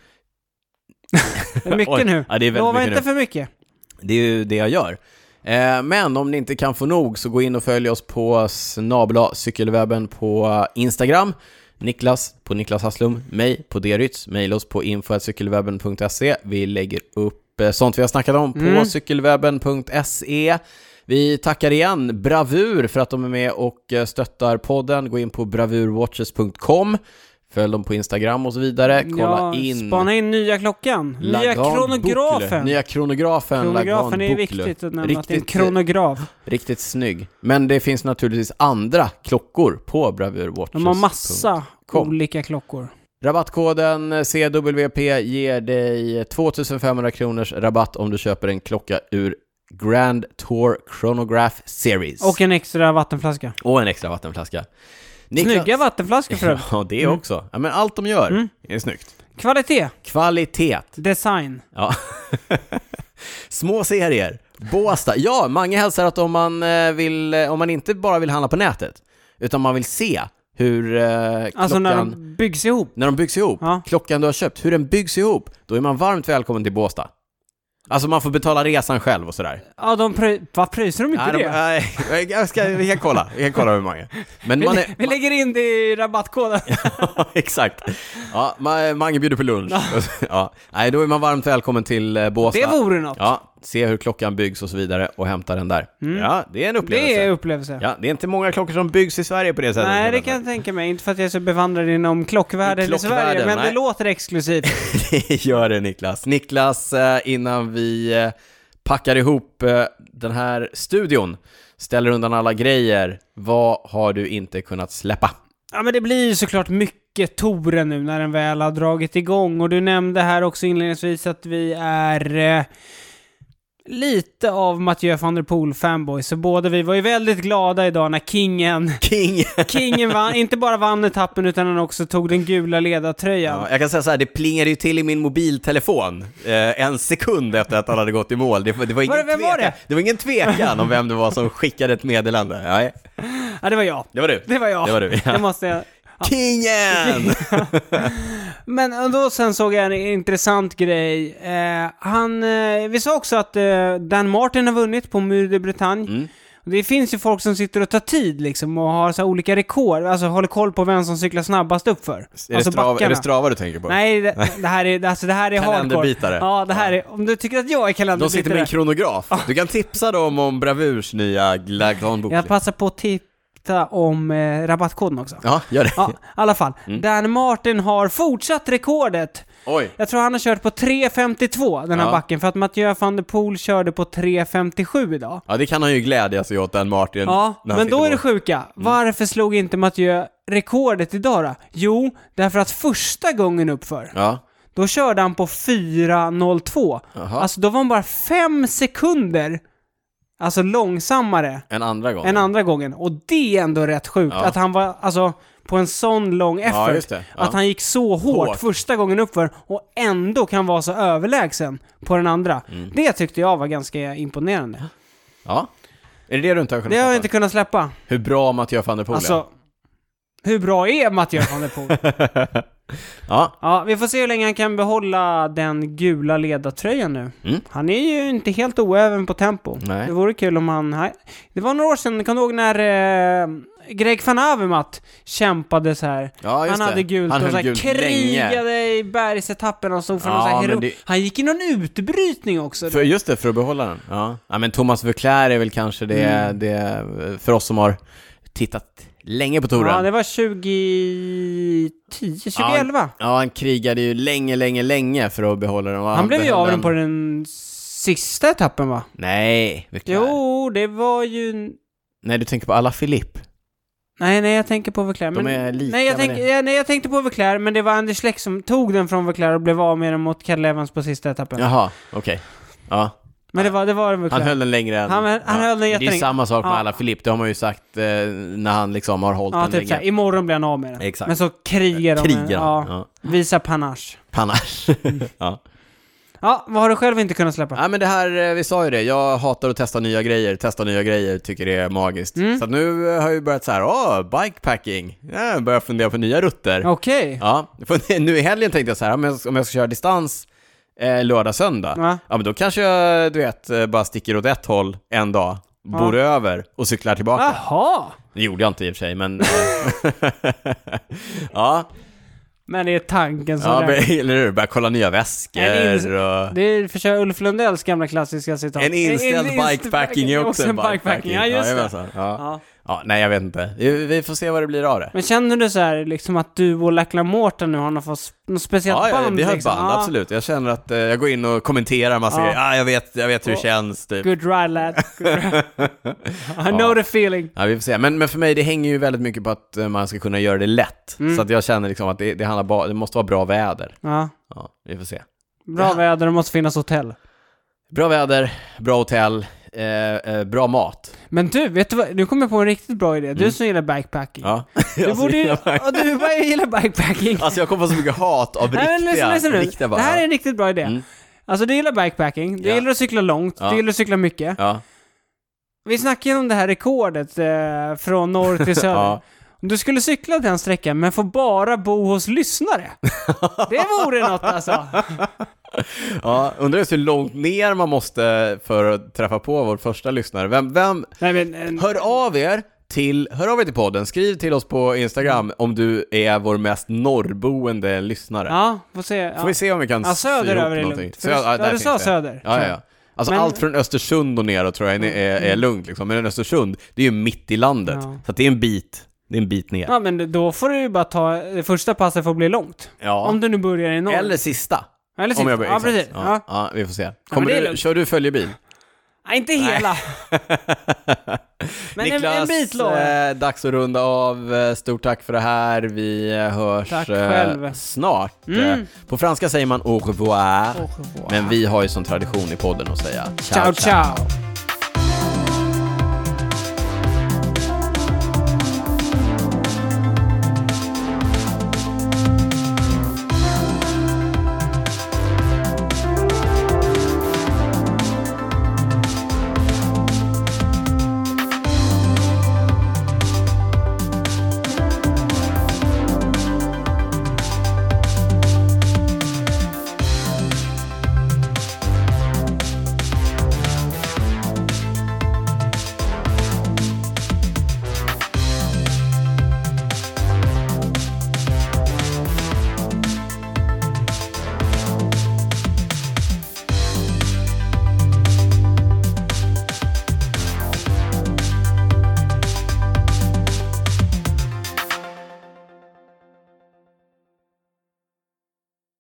Det är mycket Oj, nu. Ja, det är väldigt Lova mycket inte nu. för mycket. Det är ju det jag gör. Eh, men om ni inte kan få nog så gå in och följ oss på snabla cykelwebben på Instagram. Niklas på Niklas Hasslum, mig på Derytz, mejla oss på info at cykelwebben punkt se. Vi lägger upp eh, sånt vi har snackat om på mm. cykelwebben punkt se. Vi tackar igen Bravur för att de är med och stöttar podden. Gå in på bravurwatches punkt com. Följ dem på Instagram och så vidare. Kolla ja, in. Spana in nya klockan. Nya kronografen. Nya kronografen. Kronografen är viktigt att nämna att det är en kronograf. Riktigt snygg. Men det finns naturligtvis andra klockor på bravurwatches. De har massa olika klockor. Rabattkoden C W P ger dig tvåtusenfemhundra kronors rabatt om du köper en klocka ur Grand Tour Chronograph Series. Och en extra vattenflaska. Och en extra vattenflaska. Niklas. Snygga vattenflaskor för övrigt. Ja, det mm. också. Ja, men allt de gör mm. är snyggt. Kvalitet. Kvalitet. Design. Ja. Små serier. Båstad. Ja, Mange hälsar att om man vill, om man inte bara vill handla på nätet, utan man vill se hur eh, klockan... Alltså när de byggs ihop. När de byggs ihop. Ja. Klockan du har köpt, hur den byggs ihop. Då är man varmt välkommen till Båstad. Alltså man får betala resan själv och sådär. Ja, de prö- vad pröjsar de inte nej, det? De, nej, jag ska, vi kan kolla. Vi kan kolla hur många. Men vi, man är, vi lägger in det i rabattkoden. Ja, exakt. Ja, Mange bjuder på lunch. Ja. Nej, då är man varmt välkommen till Båstad. Det vore något. Ja, se hur klockan byggs och så vidare och hämta den där. Mm. Ja, det är en upplevelse. Det är upplevelse. Ja, det är inte många klockor som byggs i Sverige på det sättet. Nej, det kan jag tänka mig. Inte för att jag är så bevandrad inom klockvärlden i Sverige, men nej. Det låter exklusivt. Det gör det, Niklas. Niklas, innan vi packar ihop den här studion, ställer undan alla grejer, vad har du inte kunnat släppa? Ja, men det blir ju såklart mycket touren nu när den väl har dragit igång. Och du nämnde här också inledningsvis att vi är eh, lite av Mathieu van der Poel fanboys. Så båda vi var ju väldigt glada idag när Kingen King. Kingen vann, inte bara vann etappen utan han också tog den gula ledartröjan. Ja, jag kan säga så här, det plingade ju till i min mobiltelefon eh, en sekund efter att han hade gått i mål. Det, det, var, ingen var det, vem tvekan, var det? det var ingen tvekan om vem det var som skickade ett meddelande. Ja, ja det var jag. Det var du. Det var jag. Det var du. Ja. Det måste jag... Ja. Kingen! Men då sen såg jag en intressant grej. Eh, han, eh, vi sa också att eh, Dan Martin har vunnit på Mur de Bretagne. Mm. Det finns ju folk som sitter och tar tid liksom och har så här olika rekord, alltså håller koll på vem som cyklar snabbast upp för. Är, alltså det, Strava, är det Strava du tänker på? Nej, det, det här är alltså det här är kalenderbitare. Hardcore. Ja, det här är, om du tycker att jag är kalenderbitare. De sitter med en kronograf. Du kan tipsa dem om Bravurs nya La Grande Boucle. Jag passar på att tip, fakta om eh, rabattkoden också. Ja, gör det. Ja, i alla fall. Mm. Dan Martin har fortsatt rekordet. Oj. Jag tror han har kört på tre femtiotvå den här ja. backen, för att Mathieu van der Poel körde på tre femtiosju idag. Ja, det kan han ju glädja sig åt, Dan Martin. Ja, men då är det sjuka. Mm. Varför slog inte Mathieu rekordet idag då? Jo, därför att första gången uppför, ja. då körde han på fyra noll två. Aha. Alltså då var han bara fem sekunder alltså långsammare än andra gången. Än andra gången. Och det är ändå rätt sjukt. Ja. Att han var alltså på en sån lång effort. Ja, just det. Ja. Att han gick så hårt, hårt första gången uppför och ändå kan vara så överlägsen på den andra. Mm. Det tyckte jag var ganska imponerande. Ja. Är det det du inte har kunnat Det har släppa? jag inte kunnat släppa. Hur bra Mathieu van der Poel alltså, hur bra är Mathieu van der Poel? ja. ja, vi får se hur länge han kan behålla den gula ledartröjan nu. Mm. Han är ju inte helt oäven på tempo. Nej. Det vore kul om han... Det var några år sedan, kan du ihåg när eh, Greg van Avermaet kämpade så här. Ja, just han hade det. gult han och så här, krigade länge. i bergsetappen och så för ja, någon så här hero- det... Han gick i någon utbrytning också. För, just det, för att behålla den. Ja, ja men Thomas Voeckler är väl kanske det, mm. det för oss som har tittat länge på touren. Ja, det var tjugo tio, tjugo elva. Ja, ja, han krigade ju länge, länge, länge för att behålla den. Han, han blev ju av den på den sista etappen, va? Nej, Voeckler. Jo, det var ju... Nej, du tänker på Alaphilippe. Nej, nej, jag tänker på Voeckler. De är lika nej, jag tänk, det. nej, jag tänkte på Voeckler, men det var Anders Schleck som tog den från Voeckler och blev av med den mot Cadel Evans på sista etappen. Jaha, okej. Okay. Ja. Men det var, det var han höll den längre än... Han, han ja. höll den jättelänge. Det är samma sak med ja. Alaphilippe. Det har man ju sagt eh, när han liksom har hållit ja, den typ länge. Såhär, imorgon blir han av med den. Exakt. Men så krigar de. Krigar ja, ja. Visa panache. Panache. ja. Ja, vad har du själv inte kunnat släppa? Ja, men det här, vi sa ju det. Jag hatar att testa nya grejer. Testa nya grejer, tycker det är magiskt. Mm. Så nu har jag ju börjat så här, åh, bikepacking. Jag börjar fundera på nya rutter. Okej. Okay. Ja, nu i helgen tänkte jag så här, om jag, om jag ska köra distans eh, lördag, söndag. Ja. ja, men då kanske jag, du vet, bara sticker åt ett håll en dag. Bor ja. över och cyklar tillbaka. Jaha. Det gjorde jag inte i och för sig, men... ja. Men det är tanken som... Ja, eller hur? Börja kolla nya väskor ins- och... Det är för sig Ulf Lundells gamla klassiska citat. En inställd en, en bikepacking är också en bikepacking. bikepacking. Ja, just ja, det. Ja. Ja. ja, nej, jag vet inte. Vi får se vad det blir av det. Men känner du så här, liksom att du och Lachlan Morton nu har något, fått något speciellt ja, band? Ja, vi har liksom. band, ja. absolut. Jag känner att eh, jag går in och kommenterar en massa ja. grejer. Ja, jag vet, jag vet hur det känns. Typ. Good ride, lad. Good ride. I know ja. the feeling. Ja, vi får se. Men, men för mig, det hänger ju väldigt mycket på att man ska kunna göra det lätt. Mm. Så att jag känner liksom att det, det, handlar ba- det måste vara bra väder. Ja. Ja, vi får se. Bra ja. väder, det måste finnas hotell. Bra väder, bra hotell, eh, eh, bra mat. Men du, vet du vad? Nu kommer jag på en riktigt bra idé. Du mm. som gillar bikepacking. Ja. Du alltså, borde ju... Ja, du bara gillar bikepacking. Alltså jag kommer få så mycket hat av riktiga... Nej, lyssna, lyssna nu. Riktiga bara. Det här är en riktigt bra idé. Mm. Alltså du gillar bikepacking, du ja. gillar att cykla långt, ja. du gillar att cykla mycket. Ja. Vi snackar om det här rekordet eh, från norr till söder. Ja. Du skulle cykla den sträckan men får bara bo hos lyssnare. Det vore något alltså. Ja, undrar hur långt ner man måste för att träffa på vår första lyssnare. Vem, vem? Nej, men, en... Hör av er till, hör av er till podden. Skriv till oss på Instagram mm. om du är vår mest norrboende lyssnare. Ja, får se. Ja. Får vi se om vi kan ja, söder över är lugnt. För ja, ja, du sa söder. Ja, ja, ja. Alltså men... allt från Östersund och ner tror jag är, är, är lugnt liksom. Men Östersund, det är ju mitt i landet. Ja. Så att det är en bit. Det är en bit ner. Ja, men då får du ju bara ta det första passet för att bli långt. Ja. Om du nu börjar i norr. Eller sista. Eller sista. Om jag börjar, ja, precis. Ja. Ja. ja, vi får se. Kommer ja, du, kör du följebil? Nej, inte hela. Men Niklas, en, en bit låg. Eh, dags att runda av. Stort tack för det här. Vi hörs eh, snart. Mm. På franska säger man au revoir. Au revoir. Men vi har ju som tradition i podden att säga ciao, ciao. ciao.